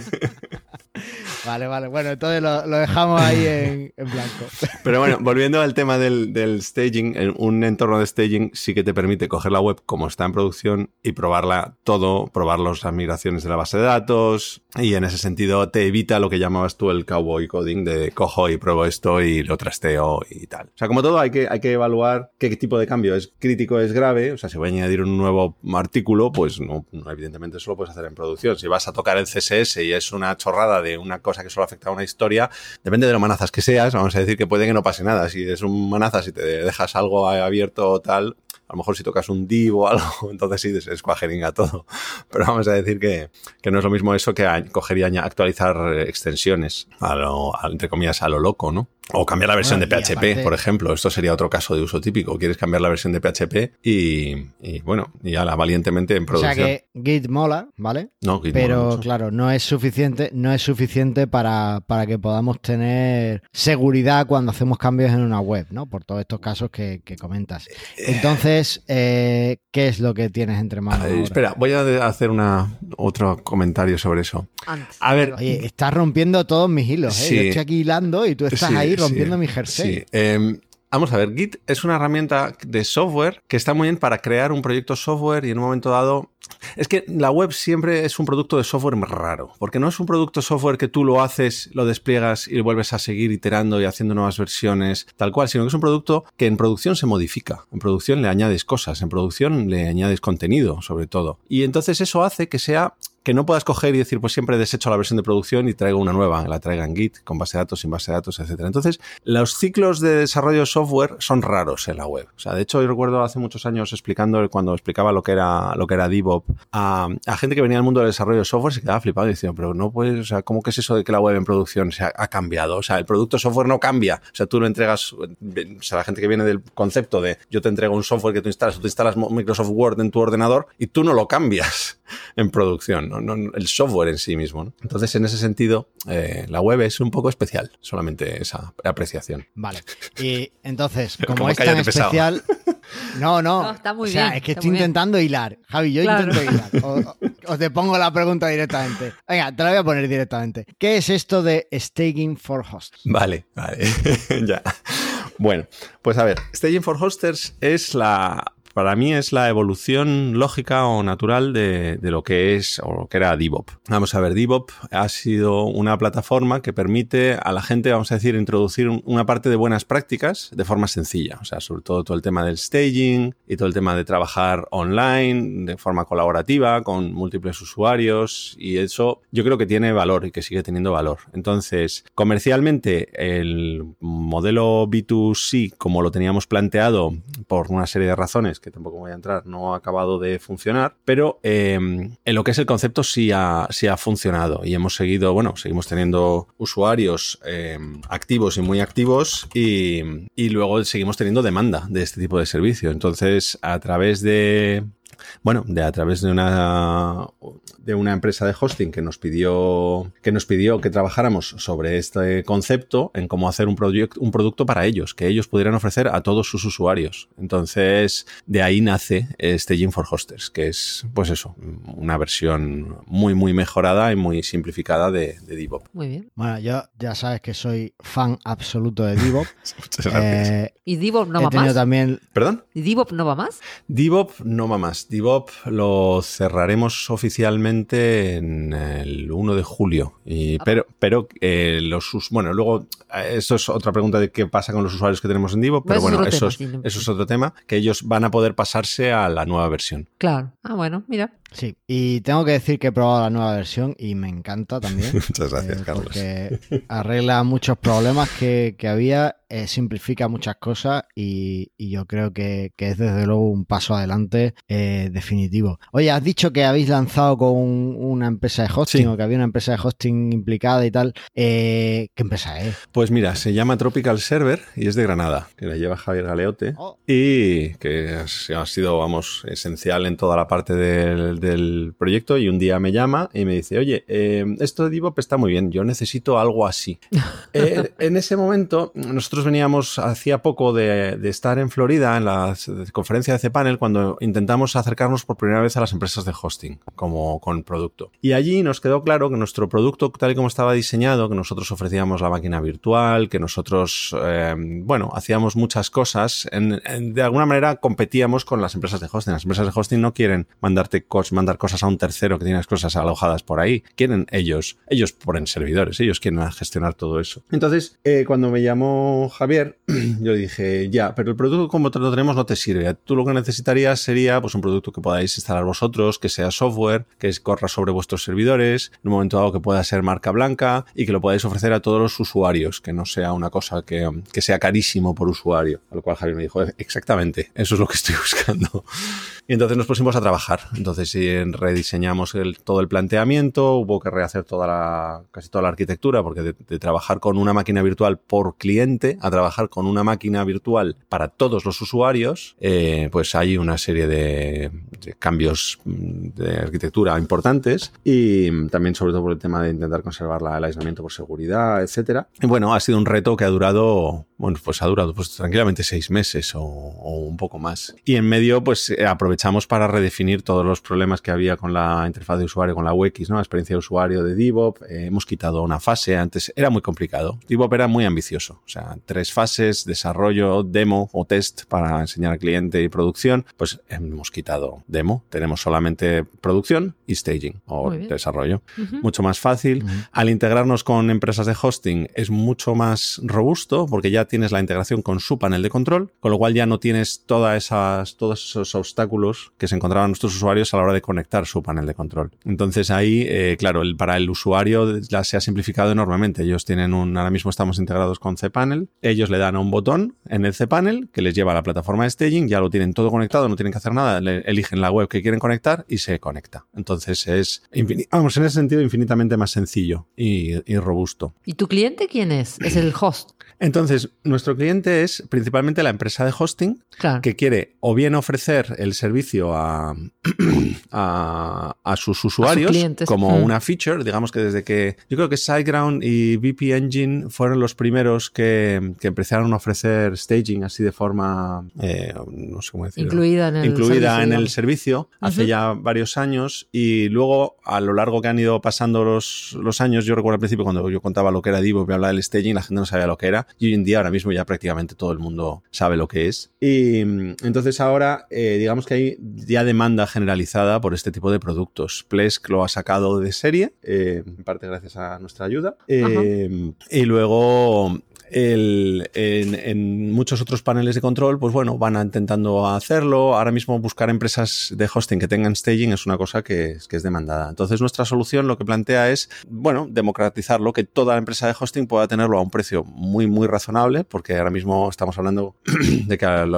Vale. Bueno, entonces lo dejamos ahí en blanco. Pero bueno, volviendo al tema del staging, un entorno de staging sí que te permite coger la web como está en producción y probarla todo, probar las migraciones de la base de datos, y en ese sentido te evita lo que llamabas tú el cowboy coding de cojo y pruebo esto y lo trasteo y tal. O sea, como todo hay que evaluar qué tipo de cambio es crítico, es grave. O sea, si voy a añadir un nuevo artículo, pues no evidentemente eso lo puedes hacer en producción. Si vas a tocar el CSS y es una chorrada de una cosa que solo afecta a una historia, depende de lo manazas que seas, vamos a decir que puede que no pase nada. Si es un manazas y te dejas algo abierto o tal, a lo mejor si tocas un div o algo, entonces sí es cuajeringa todo. Pero vamos a decir que no es lo mismo eso que coger y actualizar extensiones entre comillas a lo loco, ¿no? O cambiar la versión de PHP, aparte, por ejemplo. Esto sería otro caso de uso típico. Quieres cambiar la versión de PHP y bueno, y ya valientemente en producción. O sea que Git mola, ¿vale? No, Git pero mola, claro, no es suficiente para que podamos tener seguridad cuando hacemos cambios en una web, ¿no? Por todos estos casos que comentas. Entonces, ¿qué es lo que tienes entre manos ahora? Espera, voy a hacer otro comentario sobre eso. Antes. A ver, oye, estás rompiendo todos mis hilos, ¿eh? Sí, yo estoy aquí hilando y tú estás ahí rompiendo mi jersey. Sí. Vamos a ver, Git es una herramienta de software que está muy bien para crear un proyecto software y en un momento dado... Es que la web siempre es un producto de software raro, porque no es un producto software que tú lo haces, lo despliegas y vuelves a seguir iterando y haciendo nuevas versiones, tal cual, sino que es un producto que en producción se modifica, en producción le añades cosas, en producción le añades contenido, sobre todo. Y entonces eso hace que no puedas coger y decir, pues siempre desecho la versión de producción y traigo una nueva, la traiga en Git, con base de datos, sin base de datos, etc. Entonces, los ciclos de desarrollo de software son raros en la web. O sea, de hecho, yo recuerdo hace muchos años cuando explicaba lo que era DevOps, a gente que venía del mundo del desarrollo de software se quedaba flipado y decía, pero no puedes, o sea, ¿cómo que es eso de que la web en producción ha cambiado? O sea, el producto software no cambia. O sea, tú lo entregas, o sea, la gente que viene del concepto de yo te entrego un software que tú instalas Microsoft Word en tu ordenador y tú no lo cambias en producción, no el software en sí mismo, ¿no? Entonces, en ese sentido, la web es un poco especial, solamente esa apreciación. Vale. Y entonces, como es tan especial... No, está muy bien. Es que estoy intentando hilar. Javi, yo intento hilar. O te pongo la pregunta directamente. Venga, te la voy a poner directamente. ¿Qué es esto de Staging for Hosts? Vale. Ya. Bueno, pues a ver, Staging for Hosters para mí es la evolución lógica o natural de lo que es o lo que era DevOps. Vamos a ver, DevOps ha sido una plataforma que permite a la gente, vamos a decir, introducir una parte de buenas prácticas de forma sencilla. O sea, sobre todo el tema del staging y todo el tema de trabajar online de forma colaborativa con múltiples usuarios, y eso yo creo que tiene valor y que sigue teniendo valor. Entonces, comercialmente, el modelo B2C, como lo teníamos planteado por una serie de razones que tampoco voy a entrar, no ha acabado de funcionar, pero en lo que es el concepto sí ha funcionado y seguimos teniendo usuarios activos y muy activos y luego seguimos teniendo demanda de este tipo de servicio. Entonces, a través de una empresa de hosting que nos pidió que trabajáramos sobre este concepto en cómo hacer un producto para ellos, que ellos pudieran ofrecer a todos sus usuarios. Entonces, de ahí nace Staging for Hosters, que es, pues eso, una versión muy, muy mejorada y muy simplificada de DevOps. Muy bien. Bueno, yo ya sabes que soy fan absoluto de DevOps. Muchas gracias. ¿Y DevOps no va más? ¿Perdón? ¿Y DevOps no va más? DevOps no va más. DevOps lo cerraremos oficialmente en el 1 de julio. Pero luego, eso es otra pregunta de qué pasa con los usuarios que tenemos en DevOps, pero bueno, eso es otro tema, que ellos van a poder pasarse a la nueva versión. Claro. Ah, bueno, mira. Sí, y tengo que decir que he probado la nueva versión y me encanta también. Muchas gracias, Carlos. Porque arregla muchos problemas que había, simplifica muchas cosas y yo creo que es desde luego un paso adelante definitivo. Oye, has dicho que habéis lanzado con una empresa de hosting, sí, o que había una empresa de hosting implicada y tal. ¿Qué empresa es? Pues mira, se llama Tropical Server y es de Granada, que la lleva Javier Galeote y que ha sido, esencial en toda la parte del proyecto, y un día me llama y me dice, oye, esto de DevOps está muy bien, yo necesito algo así. En ese momento, nosotros veníamos hacía poco de estar en Florida en la conferencia de cPanel, cuando intentamos acercarnos por primera vez a las empresas de hosting como con producto. Y allí nos quedó claro que nuestro producto, tal y como estaba diseñado, que nosotros ofrecíamos la máquina virtual, que nosotros, hacíamos muchas cosas, de alguna manera competíamos con las empresas de hosting. Las empresas de hosting no quieren mandar cosas a un tercero que tiene las cosas alojadas por ahí. Quieren ellos ponen servidores, ellos quieren gestionar todo eso. Entonces, cuando me llamó Javier, yo dije, ya, pero el producto como lo tenemos no te sirve. Tú lo que necesitarías sería pues un producto que podáis instalar vosotros, que sea software, que corra sobre vuestros servidores, en un momento dado que pueda ser marca blanca y que lo podáis ofrecer a todos los usuarios, que no sea una cosa que sea carísimo por usuario. A lo cual Javier me dijo, exactamente, eso es lo que estoy buscando. Y entonces nos pusimos a trabajar. Entonces rediseñamos todo el planteamiento, hubo que rehacer casi toda la arquitectura, porque de trabajar con una máquina virtual por cliente a trabajar con una máquina virtual para todos los usuarios, pues hay una serie de cambios de arquitectura importantes, y también sobre todo por el tema de intentar conservar el aislamiento por seguridad, etcétera. Y bueno, ha sido un reto que ha durado tranquilamente 6 meses o un poco más. Y en medio, pues aprovechamos para redefinir todos los problemas problemas que había con la interfaz de usuario, con la UX, ¿no? La experiencia de usuario de DevOps. Hemos quitado una fase. Antes era muy complicado. DevOps era muy ambicioso. O sea, 3 fases, desarrollo, demo o test para enseñar al cliente y producción. Pues hemos quitado demo. Tenemos solamente producción y staging o desarrollo. Mucho más fácil. Al integrarnos con empresas de hosting es mucho más robusto porque ya tienes la integración con su panel de control, con lo cual ya no tienes todos esos obstáculos que se encontraban nuestros usuarios a la hora de conectar su panel de control. Entonces ahí, claro, para el usuario ya se ha simplificado enormemente. Ellos tienen ahora mismo estamos integrados con cPanel, ellos le dan a un botón en el cPanel que les lleva a la plataforma de staging, ya lo tienen todo conectado, no tienen que hacer nada, eligen la web que quieren conectar y se conecta. Entonces es, en ese sentido, infinitamente más sencillo y robusto. ¿Y tu cliente quién es? Es el host. Entonces, nuestro cliente es principalmente la empresa de hosting, claro, que quiere o bien ofrecer el servicio a sus usuarios como una feature, digamos que desde que yo creo que SiteGround y VP Engine fueron los primeros que empezaron a ofrecer staging así de forma, no sé cómo decirlo, incluida en el servicio hace ya varios años, y luego a lo largo que han ido pasando los años, yo recuerdo al principio cuando yo contaba lo que era DevOps y hablaba del staging, la gente no sabía lo que era. Y hoy en día, ahora mismo, ya prácticamente todo el mundo sabe lo que es. Y entonces ahora, digamos que hay ya demanda generalizada por este tipo de productos. Plesk lo ha sacado de serie, en parte gracias a nuestra ayuda. Y luego en muchos otros paneles de control, pues bueno, van intentando hacerlo. Ahora mismo buscar empresas de hosting que tengan staging es una cosa que es demandada. Entonces nuestra solución lo que plantea es, bueno, democratizarlo, que toda empresa de hosting pueda tenerlo a un precio muy, muy razonable, porque ahora mismo estamos hablando de que a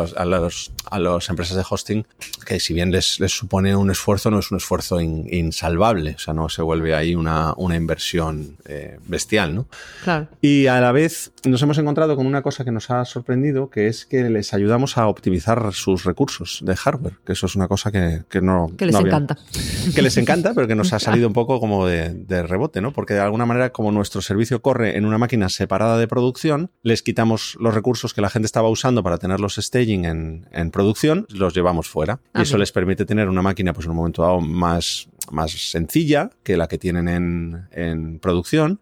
las empresas de hosting, que si bien les supone un esfuerzo, no es un esfuerzo insalvable, o sea, no se vuelve ahí una inversión bestial, ¿no? Claro. Y a la vez nos hemos encontrado con una cosa que nos ha sorprendido, que es que les ayudamos a optimizar sus recursos de hardware, que eso es una cosa que les encanta. Que les encanta, pero que nos ha salido un poco como de rebote, ¿no? Porque de alguna manera, como nuestro servicio corre en una máquina separada de producción, les quitamos los recursos que la gente estaba usando para tener los staging en producción, los llevamos fuera. Y eso les permite tener una máquina, pues en un momento dado, más sencilla que la que tienen en producción,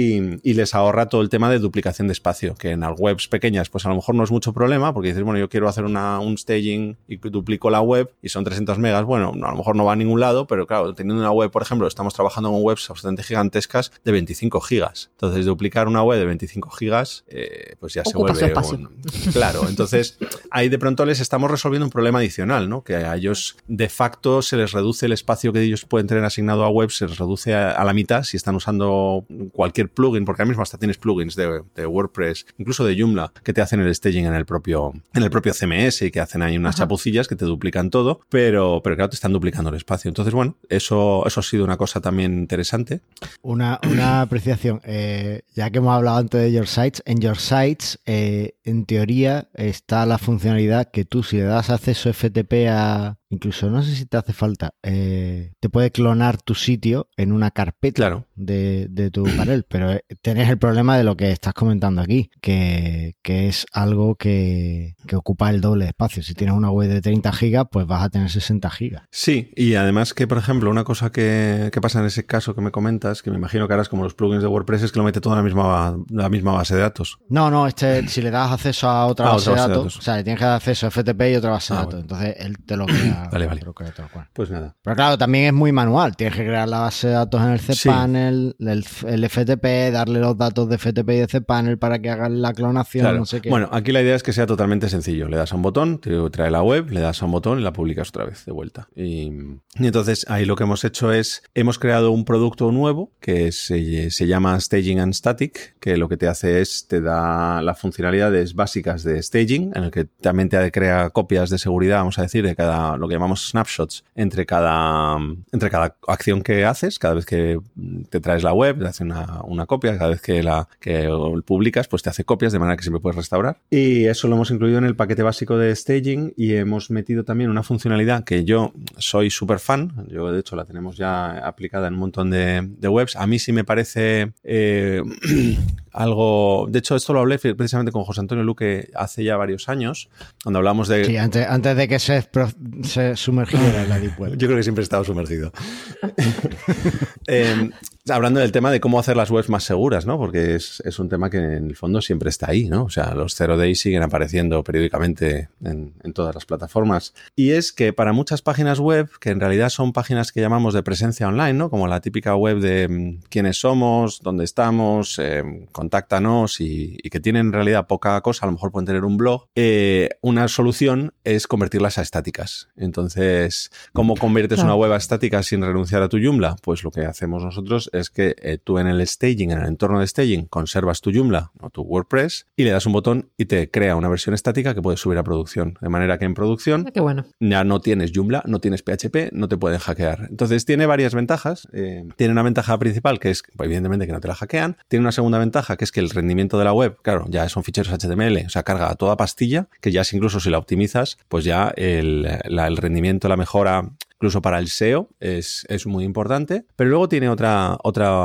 y les ahorra todo el tema de duplicación de espacio, que en las webs pequeñas pues a lo mejor no es mucho problema, porque dices, bueno, yo quiero hacer un staging y duplico la web y son 300 megas, bueno, a lo mejor no va a ningún lado, pero claro, teniendo una web, por ejemplo, estamos trabajando con webs bastante gigantescas de 25 gigas. Entonces, duplicar una web de 25 gigas, pues ya se vuelve claro, entonces ahí de pronto les estamos resolviendo un problema adicional, ¿no? Que a ellos de facto se les reduce el espacio que ellos pueden tener asignado a web, se les reduce a la mitad si están usando cualquier plugin, porque ahora mismo hasta tienes plugins de WordPress, incluso de Joomla, que te hacen el staging en el propio CMS y que hacen ahí unas chapucillas que te duplican todo, pero claro, te están duplicando el espacio. Entonces, bueno, eso ha sido una cosa también interesante. Una apreciación, ya que hemos hablado antes de Your Sites, en Your Sites, en teoría, está la funcionalidad que tú, si le das acceso FTP a... Incluso no sé si te hace falta, te puede clonar tu sitio en una carpeta de tu panel, pero tenés el problema de lo que estás comentando aquí, que es algo que ocupa el doble de espacio. Si tienes una web de 30 gigas, pues vas a tener 60 gigas. Sí, y además que, por ejemplo, una cosa que pasa en ese caso que me comentas, que me imagino que ahora es como los plugins de WordPress, es que lo mete todo en la misma base de datos. No, si le das acceso a otra base de datos, o sea, le tienes que dar acceso a FTP y otra base de datos, bueno. Entonces él te lo crea. Vale. Pues nada. Pero claro, también es muy manual. Tienes que crear la base de datos en el cPanel, el FTP, darle los datos de FTP y de cPanel para que hagan la clonación, no sé qué. Bueno, aquí la idea es que sea totalmente sencillo. Le das a un botón, te trae la web, le das a un botón y la publicas otra vez de vuelta. Y entonces ahí lo que hemos hecho es, hemos creado un producto nuevo que se llama Staging and Static, que lo que te hace es, te da las funcionalidades básicas de staging, en el que también te crea copias de seguridad, vamos a decir, de cada, lo que llamamos snapshots, entre cada acción que haces. Cada vez que te traes la web, te hace una copia. Cada vez que publicas, pues te hace copias, de manera que siempre puedes restaurar. Y eso lo hemos incluido en el paquete básico de staging, y hemos metido también una funcionalidad que yo soy súper fan. Yo, de hecho, la tenemos ya aplicada en un montón de webs. A mí sí me parece algo... De hecho, esto lo hablé precisamente con José Antonio Luque hace ya varios años, cuando hablamos de... Sí, antes de que se sumergido en la Deep Web. Yo creo que siempre he estado sumergido. Hablando del tema de cómo hacer las webs más seguras, ¿no? Porque es un tema que en el fondo siempre está ahí, ¿no? O sea, los zero days siguen apareciendo periódicamente en todas las plataformas. Y es que para muchas páginas web, que en realidad son páginas que llamamos de presencia online, ¿no? Como la típica web de quiénes somos, dónde estamos, contáctanos y que tienen en realidad poca cosa, a lo mejor pueden tener un blog, una solución es convertirlas a estáticas. Entonces, ¿cómo conviertes una web a estática sin renunciar a tu Joomla? Pues lo que hacemos nosotros es que tú en el staging, en el entorno de staging, conservas tu Joomla o tu WordPress y le das un botón y te crea una versión estática que puedes subir a producción. De manera que en producción qué bueno. Ya no tienes Joomla, no tienes PHP, no te pueden hackear. Entonces tiene varias ventajas. Tiene una ventaja principal que es, pues, evidentemente, que no te la hackean. Tiene una segunda ventaja que es que el rendimiento de la web, claro, ya son ficheros HTML, o sea, carga a toda pastilla, que ya incluso si la optimizas, pues ya el rendimiento, la mejora, incluso para el SEO, es muy importante. Pero luego tiene otro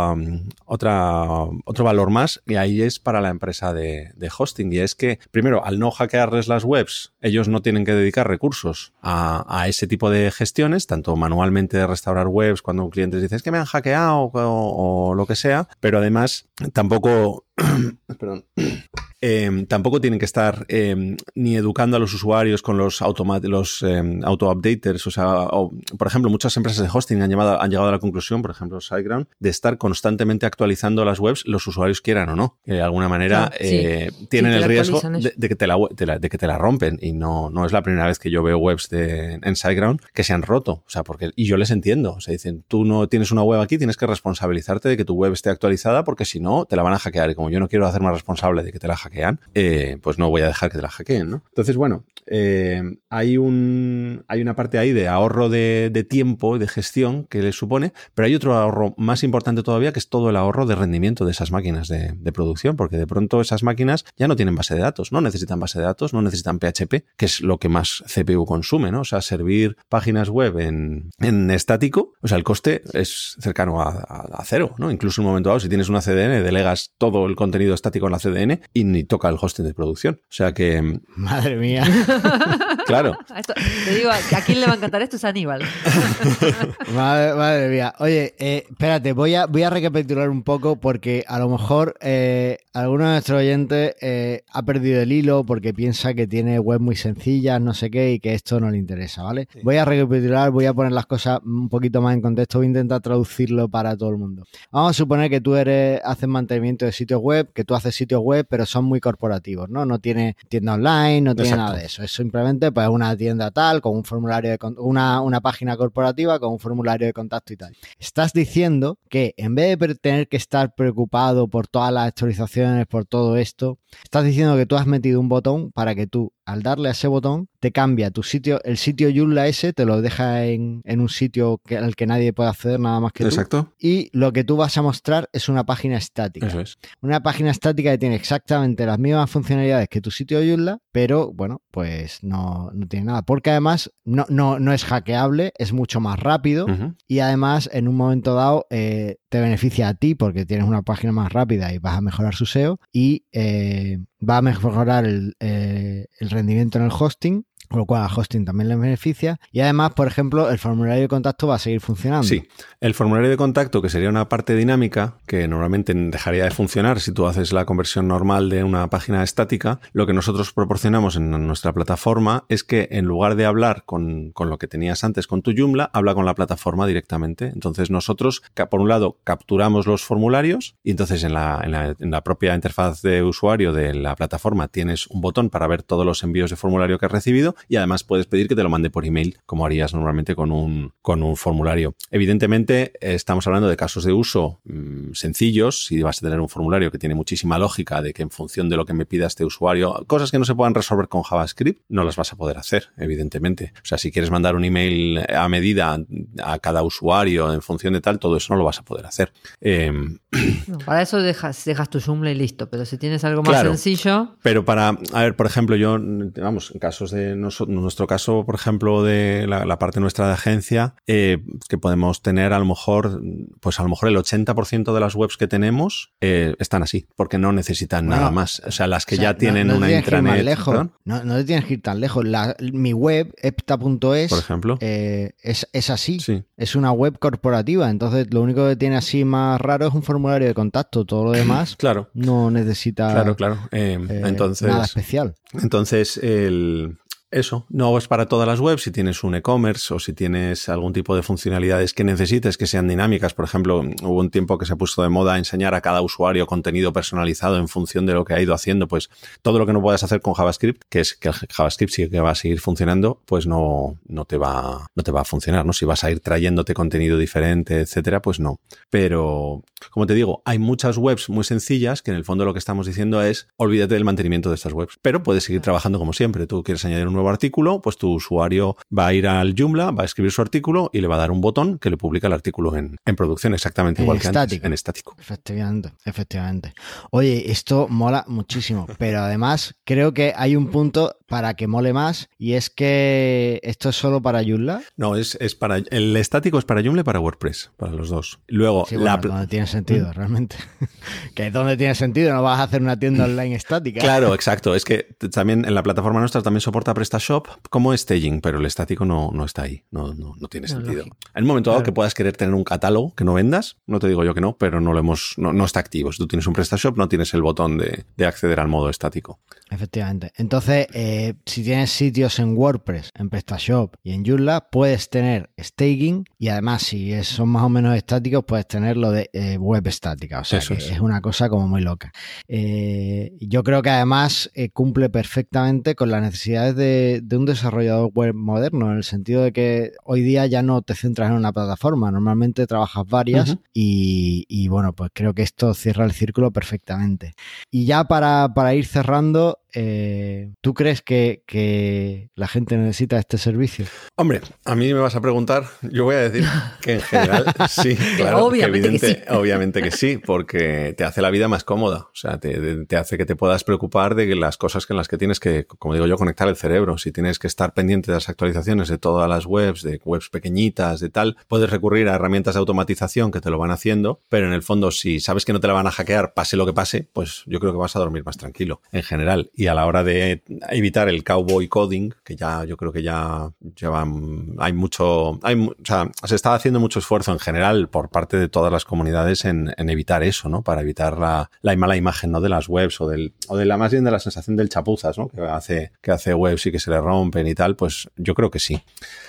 valor más, y ahí es para la empresa de hosting. Y es que, primero, al no hackearles las webs, ellos no tienen que dedicar recursos a ese tipo de gestiones, tanto manualmente de restaurar webs cuando un cliente dice es que me han hackeado o lo que sea, pero además tampoco... Perdón. Tampoco tienen que estar ni educando a los usuarios con los auto-updaters. O sea, por ejemplo, muchas empresas de hosting han llegado a la conclusión, por ejemplo, SiteGround, de estar constantemente actualizando las webs, los usuarios quieran o no. De alguna manera tienen el riesgo de que te la rompen. Y no es la primera vez que yo veo webs en SiteGround que se han roto. O sea, y yo les entiendo. O sea, dicen, tú no tienes una web aquí, tienes que responsabilizarte de que tu web esté actualizada porque si no, te la van a hackear. Y como yo no quiero hacerme responsable de que te la hackean, pues no voy a dejar que te la hackeen, ¿no? Entonces, bueno, hay una parte ahí de ahorro de tiempo y de gestión que les supone, pero hay otro ahorro más importante todavía, que es todo el ahorro de rendimiento de esas máquinas de producción, porque de pronto esas máquinas ya no tienen base de datos, no necesitan base de datos, no necesitan PHP, que es lo que más CPU consume, ¿no? O sea, servir páginas web en estático, o sea, el coste es cercano a cero, ¿no? Incluso en un momento dado, si tienes una CDN, delegas todo el contenido estático en la CDN y ni toca el hosting de producción. O sea que... Madre mía. Claro. Esto, te digo, ¿a quién le va a encantar esto? Es Aníbal. Madre mía. Oye, espérate, voy a recapitular un poco porque a lo mejor alguno de nuestros oyentes ha perdido el hilo porque piensa que tiene web muy sencillas, no sé qué, y que esto no le interesa, ¿vale? Sí. Voy a recapitular, voy a poner las cosas un poquito más en contexto, voy a intentar traducirlo para todo el mundo. Vamos a suponer que tú haces mantenimiento de sitios web, que tú haces sitios web, pero son muy corporativos, ¿no? No tiene tienda online, no tiene nada de eso. Es simplemente pues una tienda tal, con un formulario de una página corporativa con un formulario de contacto y tal. Estás diciendo que en vez de tener que estar preocupado por todas las actualizaciones, por todo esto, estás diciendo que tú has metido un botón para que tú, al darle a ese botón, te cambia tu sitio, el sitio Joomla ese, te lo deja en un sitio al que nadie puede acceder nada más que Exacto. tú. Y lo que tú vas a mostrar es una página estática. Eso es. Una página estática que tiene exactamente las mismas funcionalidades que tu sitio Joomla, pero bueno, pues no tiene nada. Porque además no es hackeable, es mucho más rápido y además en un momento dado te beneficia a ti porque tienes una página más rápida y vas a mejorar su SEO y va a mejorar el rendimiento en el hosting, con lo cual al hosting también le beneficia. Y además, por ejemplo, el formulario de contacto va a seguir funcionando. Sí, el formulario de contacto, que sería una parte dinámica, que normalmente dejaría de funcionar si tú haces la conversión normal de una página estática, lo que nosotros proporcionamos en nuestra plataforma es que en lugar de hablar con lo que tenías antes con tu Joomla, habla con la plataforma directamente. Entonces nosotros, por un lado, capturamos los formularios y entonces en la propia interfaz de usuario de la plataforma tienes un botón para ver todos los envíos de formulario que has recibido y además puedes pedir que te lo mande por email, como harías normalmente con un formulario. Evidentemente, estamos hablando de casos de uso sencillos. Si vas a tener un formulario que tiene muchísima lógica de que en función de lo que me pida este usuario, cosas que no se puedan resolver con JavaScript, no las vas a poder hacer, evidentemente. O sea, si quieres mandar un email a medida a cada usuario en función de tal, todo eso no lo vas a poder hacer. No, para eso dejas tu Joomla y listo, pero si tienes algo más sencillo... Pero a ver, por ejemplo, en casos de nuestro caso, por ejemplo, de la parte nuestra de agencia, que podemos tener a lo mejor el 80% de las webs que tenemos están así, porque no necesitan nada más. O sea, las que ya tienen una intranet. No te tienes que ir tan lejos. Mi web, epta.es, por ejemplo, es así. Sí. Es una web corporativa. Entonces, lo único que tiene así más raro es un formulario de contacto. Todo lo demás claro. No necesita entonces, nada especial. Entonces, eso no es para todas las webs. Si tienes un e-commerce o si tienes algún tipo de funcionalidades que necesites que sean dinámicas, por ejemplo, hubo un tiempo que se puso de moda enseñar a cada usuario contenido personalizado en función de lo que ha ido haciendo, pues todo lo que no puedas hacer con JavaScript, que es que el JavaScript sí que va a seguir funcionando, pues no te va a funcionar, ¿no? Si vas a ir trayéndote contenido diferente, etcétera, pues no. Pero, como te digo, hay muchas webs muy sencillas que en el fondo lo que estamos diciendo es olvídate del mantenimiento de estas webs, pero puedes seguir trabajando como siempre. Tú quieres añadir un nuevo artículo, pues tu usuario va a ir al Joomla, va a escribir su artículo y le va a dar un botón que le publica el artículo en producción, exactamente igual que antes, en estático. Efectivamente. Oye, esto mola muchísimo, pero además creo que hay un punto para que mole más, y es que esto es solo para Joomla. No, es para el estático es para Joomla y para WordPress, para los dos. Luego, sí, donde tiene sentido, realmente. Que es donde tiene sentido, no vas a hacer una tienda online estática. Claro, exacto. Es que también en la plataforma nuestra también soporta PrestaShop como staging, pero el estático no está ahí. No tiene sentido. En un momento dado que puedas querer tener un catálogo que no vendas, no te digo yo que no, pero no está activo. Si tú tienes un PrestaShop, no tienes el botón de acceder al modo estático. Efectivamente. Entonces, si tienes sitios en WordPress, en PrestaShop y en Joomla, puedes tener staging, y además si son más o menos estáticos, puedes tener lo de web estática. O sea, eso es una cosa como muy loca. Yo creo que además cumple perfectamente con las necesidades de un desarrollador web moderno, en el sentido de que hoy día ya no te centras en una plataforma, normalmente trabajas varias. Y bueno, pues creo que esto cierra el círculo perfectamente. Y ya para ir cerrando, ¿tú crees que la gente necesita este servicio? Hombre, a mí me vas a preguntar, yo voy a decir que en general sí, claro, obviamente que sí, porque te hace la vida más cómoda, o sea, te hace que te puedas preocupar de las cosas en las que tienes que, como digo yo, conectar el cerebro. Si tienes que estar pendiente de las actualizaciones de todas las webs, de webs pequeñitas, de tal, puedes recurrir a herramientas de automatización que te lo van haciendo, pero en el fondo, si sabes que no te la van a hackear, pase lo que pase, pues yo creo que vas a dormir más tranquilo, en general. Y a la hora de evitar el cowboy coding, que ya yo creo que ya llevan, o sea, se está haciendo mucho esfuerzo en general por parte de todas las comunidades en evitar eso, ¿no? Para evitar la mala imagen, ¿no? De las webs o de más bien de la sensación del chapuzas, ¿no? Que hace webs y que se le rompen y tal, pues yo creo que sí.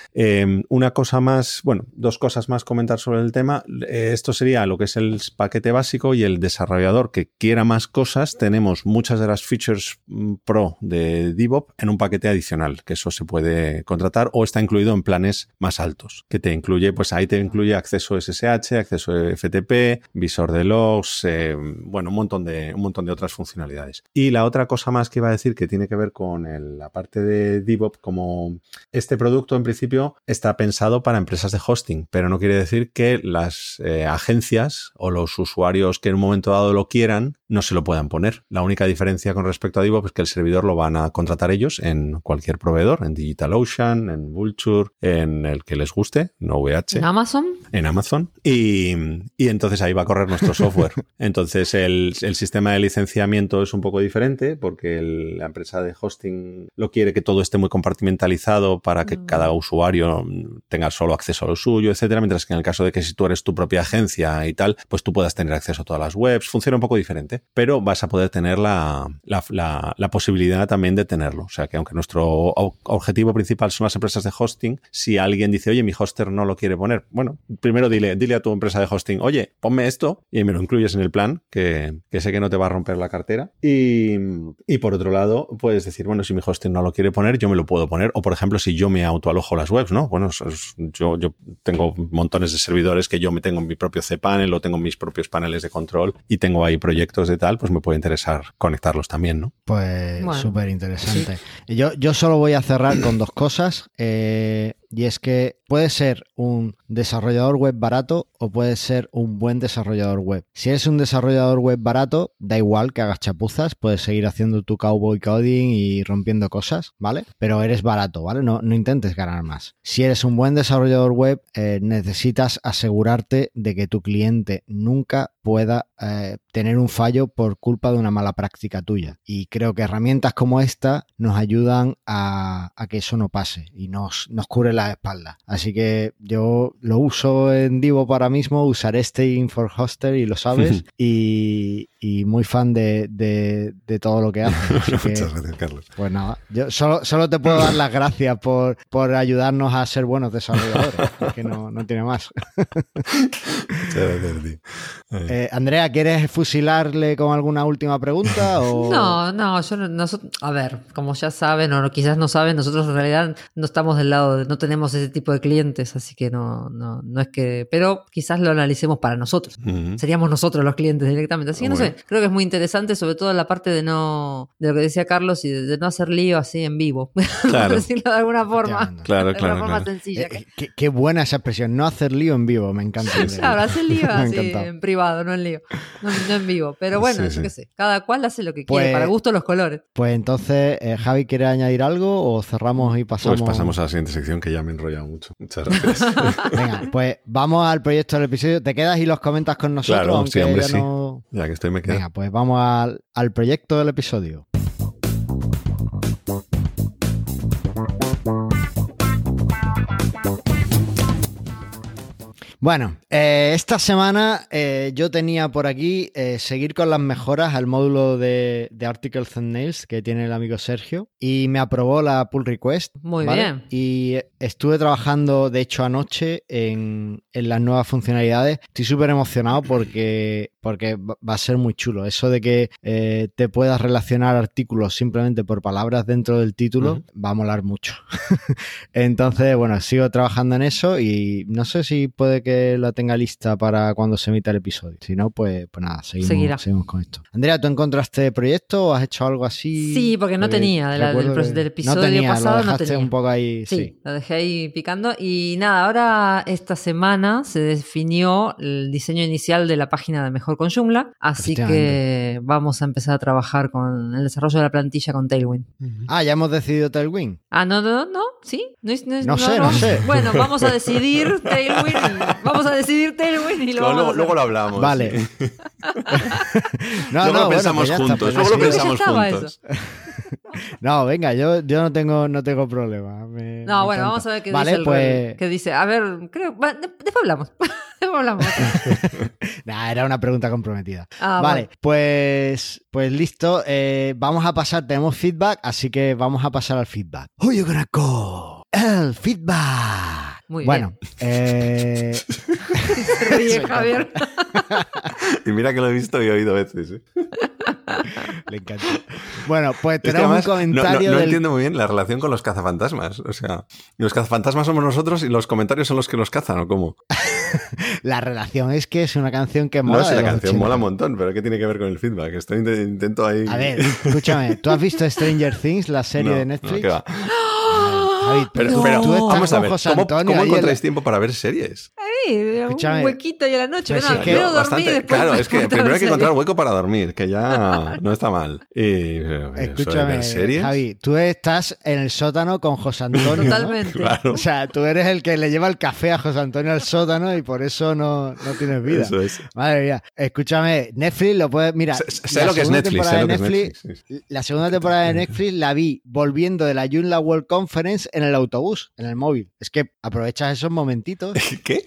Una cosa más, bueno, dos cosas más comentar sobre el tema. Esto sería lo que es el paquete básico, y el desarrollador que quiera más cosas, tenemos muchas de las features pro de DevOps en un paquete adicional, que eso se puede contratar o está incluido en planes más altos, que te incluye, pues ahí te incluye acceso SSH, acceso FTP, visor de logs, bueno, un montón de otras funcionalidades. Y la otra cosa más que iba a decir, que tiene que ver con la parte de DevOps, como este producto en principio está pensado para empresas de hosting, pero no quiere decir que las agencias o los usuarios que en un momento dado lo quieran no se lo puedan poner. La única diferencia con respecto a DevOps es que el servidor lo van a contratar ellos en cualquier proveedor, en DigitalOcean, en Vultr, en el que les guste, en OVH. ¿En Amazon? En Amazon. Y entonces ahí va a correr nuestro software. Entonces el sistema de licenciamiento es un poco diferente, porque la empresa de hosting lo quiere que todo esté muy compartimentalizado para que cada usuario tenga solo acceso a lo suyo, etcétera, mientras que en el caso de que si tú eres tu propia agencia y tal, pues tú puedas tener acceso a todas las webs. Funciona un poco diferente, pero vas a poder tener la posibilidad también de tenerlo. O sea que aunque nuestro objetivo principal son las empresas de hosting, si alguien dice, oye, mi hoster no lo quiere poner, bueno, primero dile a tu empresa de hosting, oye, ponme esto y me lo incluyes en el plan, que sé que no te va a romper la cartera. Y por otro lado, puedes decir, bueno, si mi hosting no lo quiere poner, yo me lo puedo poner. O por ejemplo, si yo me autoalojo las webs, ¿no? Bueno, yo tengo montones de servidores que yo me tengo en mi propio cPanel o tengo mis propios paneles de control y tengo ahí proyectos de tal, pues me puede interesar conectarlos también, ¿no? Pues bueno, súper interesante. Sí. Yo solo voy a cerrar con dos cosas. y es que puedes ser un desarrollador web barato o puedes ser un buen desarrollador web. Si eres un desarrollador web barato, da igual que hagas chapuzas, puedes seguir haciendo tu cowboy coding y rompiendo cosas, ¿vale? Pero eres barato, ¿vale? No intentes ganar más. Si eres un buen desarrollador web, necesitas asegurarte de que tu cliente nunca pueda tener un fallo por culpa de una mala práctica tuya. Y creo que herramientas como esta nos ayudan a que eso no pase y nos cubre la espalda. Así que yo lo uso en Divo para mismo, usaré Staging for Hoster y lo sabes, y muy fan de todo lo que hace. Muchas gracias, Carlos. Pues nada, yo solo te puedo dar las gracias por ayudarnos a ser buenos desarrolladores, porque no tiene más. Muchas gracias, tío. Andrea, ¿quieres fusilarle con alguna última pregunta? O... No, a ver, como ya saben o quizás no saben, nosotros en realidad no estamos del lado no tenemos ese tipo de clientes, así que no es que, pero quizás lo analicemos para nosotros. Seríamos nosotros los clientes directamente, así que no sé, creo que es muy interesante, sobre todo la parte de lo que decía Carlos y de no hacer lío así en vivo, claro. por decirlo de alguna forma. Claro, de una forma sencilla. Qué buena esa expresión, no hacer lío en vivo, me encanta. Claro, hacer lío así en privado, no en lío, no en vivo, pero bueno, yo qué sé, cada cual hace lo que quiere, para gusto los colores. Pues entonces, Javi, ¿quiere añadir algo o cerramos y pasamos? Pues pasamos a la siguiente sección, que ya me he enrollado mucho. Muchas gracias. Venga, pues vamos al proyecto del episodio. ¿Te quedas y los comentas con nosotros? Claro, aunque sí, hombre, ya sí. No... Ya que estoy me quedo. Venga, pues vamos al proyecto del episodio. Bueno, esta semana yo tenía por aquí seguir con las mejoras al módulo de Article Thumbnails que tiene el amigo Sergio y me aprobó la pull request. Muy ¿vale? bien. Y estuve trabajando, de hecho, anoche en las nuevas funcionalidades. Estoy súper emocionado porque va a ser muy chulo. Eso de que te puedas relacionar artículos simplemente por palabras dentro del título va a molar mucho. Entonces, bueno, sigo trabajando en eso y no sé si puede que la tenga lista para cuando se emita el episodio. Si no, pues nada, seguimos con esto. Andrea, ¿tú encontraste proyecto o has hecho algo así? Sí, porque no tenía del episodio pasado. Lo dejaste no tenía. Un poco ahí. Sí, lo dejé ahí picando. Y nada, ahora esta semana se definió el diseño inicial de la página de Mejor con Joomla, así que vamos a empezar a trabajar con el desarrollo de la plantilla con Tailwind. ¿Ya hemos decidido Tailwind? No, ¿sí? No sé. Bueno, vamos a decidir Tailwind y luego lo hablamos. Vale. Sí. luego lo pensamos juntos. Luego lo pensamos juntos. No, venga, yo no tengo problema. Vamos a ver qué dice. A ver, después hablamos. Era una pregunta comprometida. Vale, pues listo. Vamos a pasar, tenemos feedback, así que vamos a pasar al feedback. Who you gonna call? El feedback. Muy bueno, bien. Se ríe Javier. Y mira que lo he visto y oído veces. Le encanta. Bueno, pues tenemos un comentario no entiendo muy bien la relación con los cazafantasmas. O sea, los cazafantasmas somos nosotros y los comentarios son los que los cazan, ¿o cómo? La relación es que es una canción que mola. No, si la canción mola un montón, pero ¿qué tiene que ver con el feedback? Intento ahí... A ver, escúchame, ¿tú has visto Stranger Things, la serie de Netflix? No, ¿qué va? Javi, pero vamos a ver, ¿cómo encontráis tiempo para ver series? Un huequito y a la noche. Pues primero dormir, después... Claro, es que primero hay que encontrar hueco para dormir, que ya no está mal. Escúchame, ¿ver series? Javi, tú estás en el sótano con José Antonio. Totalmente. ¿no? Claro. O sea, tú eres el que le lleva el café a José Antonio al sótano y por eso no tienes vida. Eso es. Madre mía. Escúchame, Netflix lo puedes... Mira, sé lo que es Netflix. La segunda temporada de Netflix la vi volviendo de la Joomla World Conference en el autobús, en el móvil. Es que aprovechas esos momentitos. ¿Qué?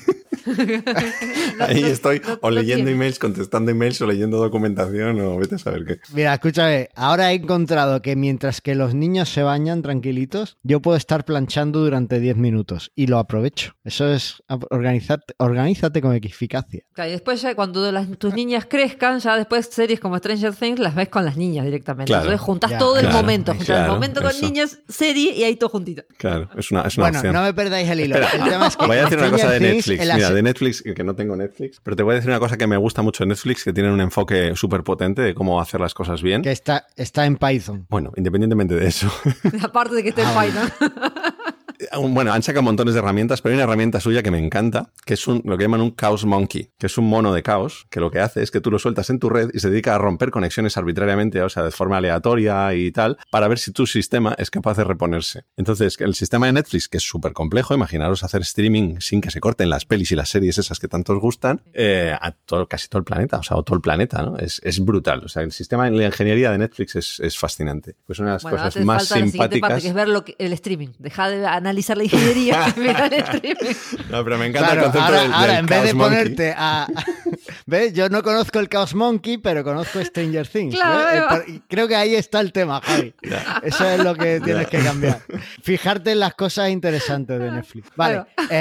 Ahí estoy o leyendo emails, contestando emails o leyendo documentación o vete a saber qué. Mira, escúchame, ahora he encontrado que mientras que los niños se bañan tranquilitos, yo puedo estar planchando durante 10 minutos y lo aprovecho. Eso es organízate con eficacia. Claro, y después ya cuando tus niñas crezcan, ya después series como Stranger Things las ves con las niñas directamente. Claro. Entonces juntas todo el momento, el momento con eso. Niñas, serie y ahí todo juntito. Claro, es una bueno, opción. No me perdáis el hilo. Espera, el tema es que voy a decir una cosa de Netflix. Mira, de Netflix, que no tengo Netflix, pero te voy a decir una cosa que me gusta mucho de Netflix, que tienen un enfoque súper potente de cómo hacer las cosas bien. Que está en Python. Bueno, independientemente de eso. Aparte de que esté en Python. Bueno, han sacado montones de herramientas, pero hay una herramienta suya que me encanta, que es lo que llaman un Chaos Monkey, que es un mono de caos, que lo que hace es que tú lo sueltas en tu red y se dedica a romper conexiones arbitrariamente, o sea, de forma aleatoria y tal, para ver si tu sistema es capaz de reponerse. Entonces, el sistema de Netflix, que es súper complejo, imaginaros hacer streaming sin que se corten las pelis y las series esas que tanto os gustan, a casi todo el planeta, o sea, todo el planeta, ¿no? Es brutal. O sea, el sistema de la ingeniería de Netflix es fascinante. Pues una de las cosas más simpáticas... Parte, que es ver el streaming. Deja de analizar la ingeniería que mira el streaming. No, pero me encanta el concepto del en vez de Monkey. ponerte a... ¿Ves? Yo no conozco el Chaos Monkey, pero conozco Stranger Things. Claro, creo que ahí está el tema, Javi. Eso es lo que tienes que cambiar. Fijarte en las cosas interesantes de Netflix. Vale.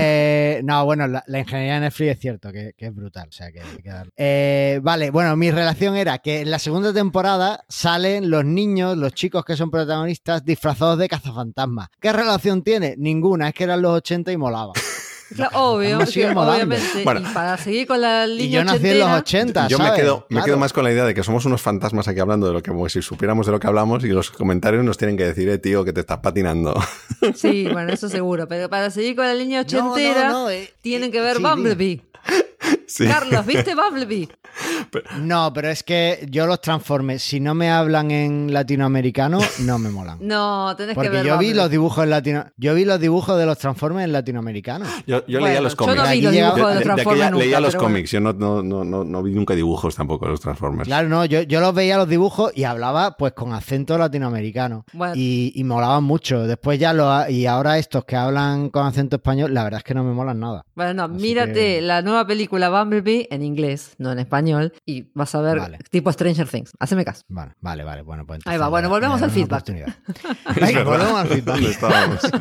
No, bueno, la ingeniería de Netflix es cierto que es brutal. O sea, que hay que darle. Vale, bueno, mi relación era que en la segunda temporada salen los niños, los chicos que son protagonistas, disfrazados de cazafantasmas. ¿Qué relación tiene? Ninguna, es que eran los 80 y molaba. Claro, obviamente. Bueno, y para seguir con la línea y yo nací en los 80, yo ¿sabes? me quedo más con la idea de que somos unos fantasmas aquí hablando de lo que, como si supiéramos de lo que hablamos, y los comentarios nos tienen que decir, tío, que te estás patinando. Sí, bueno, eso seguro. Pero para seguir con la línea ochentera, tienen que ver Bumblebee. Sí. Carlos, ¿viste Bumblebee? No, pero es que yo los Transformers, si no me hablan en latinoamericano, no me molan. No, tenés porque que ver yo Bumblebee. Vi los dibujos yo vi los dibujos de los Transformers en latinoamericano. Yo leía los cómics. Yo no vi los dibujos de los Transformers nunca, leía los cómics, yo no vi nunca dibujos tampoco de los Transformers. Claro, no, yo los veía los dibujos y hablaba pues con acento latinoamericano. Bueno. Y molaban mucho. Después y ahora estos que hablan con acento español, la verdad es que no me molan nada. Bueno, no, mírate la nueva película Bumblebee en inglés, no en español, y vas a ver tipo Stranger Things. Haceme caso. Vale. Bueno, pues ahí va, bueno, volvemos al feedback. Venga, volvemos al feedback.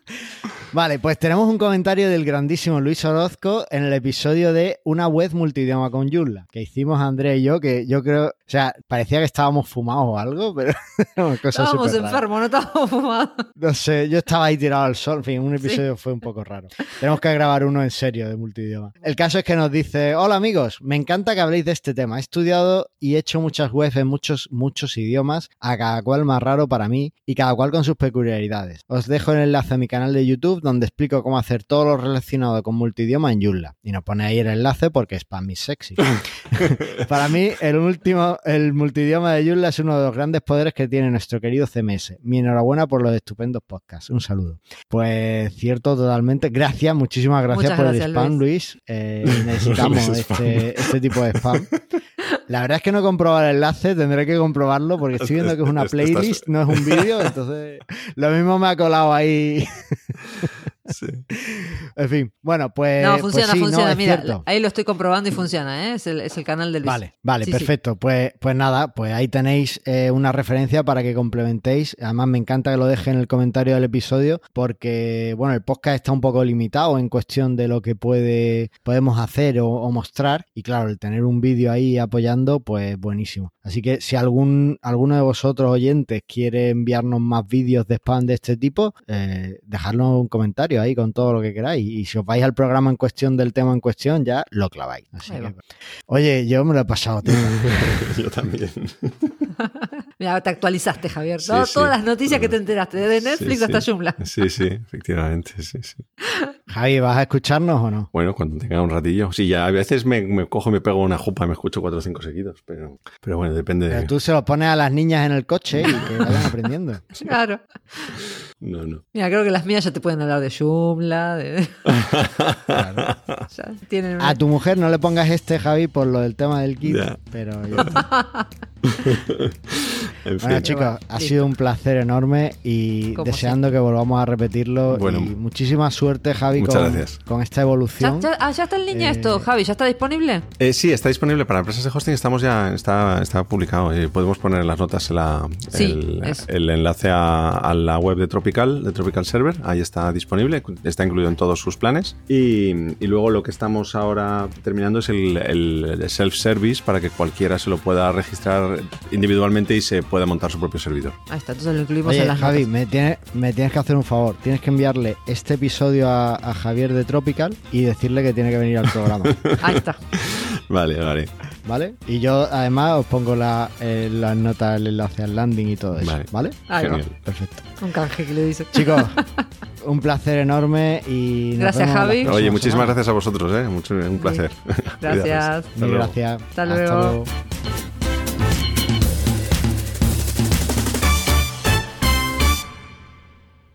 Vale, pues tenemos un comentario del grandísimo Luis Orozco en el episodio de Una web multidioma con Joomla, que hicimos Andrea y yo, que yo creo, o sea, parecía que estábamos fumados o algo, pero estábamos enfermos, no estábamos fumados. No sé, yo estaba ahí tirado al sol, en fin, un episodio fue un poco raro. Tenemos que grabar uno en serio de multidioma. El caso es que nos dice, hola amigos, me encanta que habléis de este tema. He estudiado y he hecho muchas webs en muchos idiomas, a cada cual más raro para mí y cada cual con sus peculiaridades. Os dejo el enlace a mi canal de YouTube donde explico cómo hacer todo lo relacionado con multidioma en Joomla. Y nos pone ahí el enlace porque spam is sexy. Para mí, el multidioma de Joomla es uno de los grandes poderes que tiene nuestro querido CMS. Mi enhorabuena por los estupendos podcasts. Un saludo. Pues cierto, totalmente. Gracias, muchísimas gracias por el spam, Luis. Necesitamos este tipo de spam. La verdad es que no he comprobado el enlace, tendré que comprobarlo porque estoy viendo que es una playlist, no es un vídeo, entonces lo mismo me ha colado ahí. Sí. En fin, bueno, pues... No, funciona, pues sí, funciona. No, mira, cierto. Ahí lo estoy comprobando y funciona, ¿eh? Es el canal del Luis. Vale, sí, perfecto. Sí. Pues nada, pues ahí tenéis una referencia para que complementéis. Además, me encanta que lo deje en el comentario del episodio porque, bueno, el podcast está un poco limitado en cuestión de lo que podemos hacer o mostrar. Y claro, el tener un vídeo ahí apoyando, pues buenísimo. Así que si alguno de vosotros oyentes quiere enviarnos más vídeos de spam de este tipo, dejadnos un comentario ahí con todo lo que queráis. Y si os vais al programa en cuestión del tema en cuestión, ya lo claváis. Así que, oye, yo me lo he pasado, tío. Yo también. Mira, te actualizaste, Javier. Sí, todas las noticias que te enteraste, desde Netflix hasta Joomla. Sí, efectivamente, sí. Javi, ¿vas a escucharnos o no? Bueno, cuando tenga un ratillo. Sí, ya a veces me cojo y me pego una jupa y me escucho 4 o 5 seguidos, pero bueno, depende de... Pero tú se los pones a las niñas en el coche y que vayan aprendiendo. Claro. No. Mira, creo que las mías ya te pueden hablar de Joomla, Claro. Ya tienen A tu mujer no le pongas Javi, por lo del tema del kit, pero yo... Bueno, chicos, ha sido un placer enorme y deseando que volvamos a repetirlo. Bueno, y muchísima suerte, Javi, con esta evolución. ¿Ya está en línea esto, Javi? ¿Ya está disponible? Sí, está disponible para empresas de hosting. Está publicado. Podemos poner en las notas el enlace a la web de Tropical Server. Ahí está disponible. Está incluido en todos sus planes. Y luego lo que estamos ahora terminando es el self-service para que cualquiera se lo pueda registrar individualmente y se pueda montar su propio servidor. Ahí está, entonces lo incluimos en las Javi, notas. me tienes que hacer un favor. Tienes que enviarle este episodio a Javier de Tropical y decirle que tiene que venir al programa. Ahí está. Vale. Y yo además os pongo las notas, el enlace al landing y todo eso. ¿Vale? Genial. Perfecto. Un canje que le dice. Chicos, un placer enorme y gracias, Javi. Oye, muchísimas gracias a vosotros, un placer. Gracias. Gracias. Hasta luego.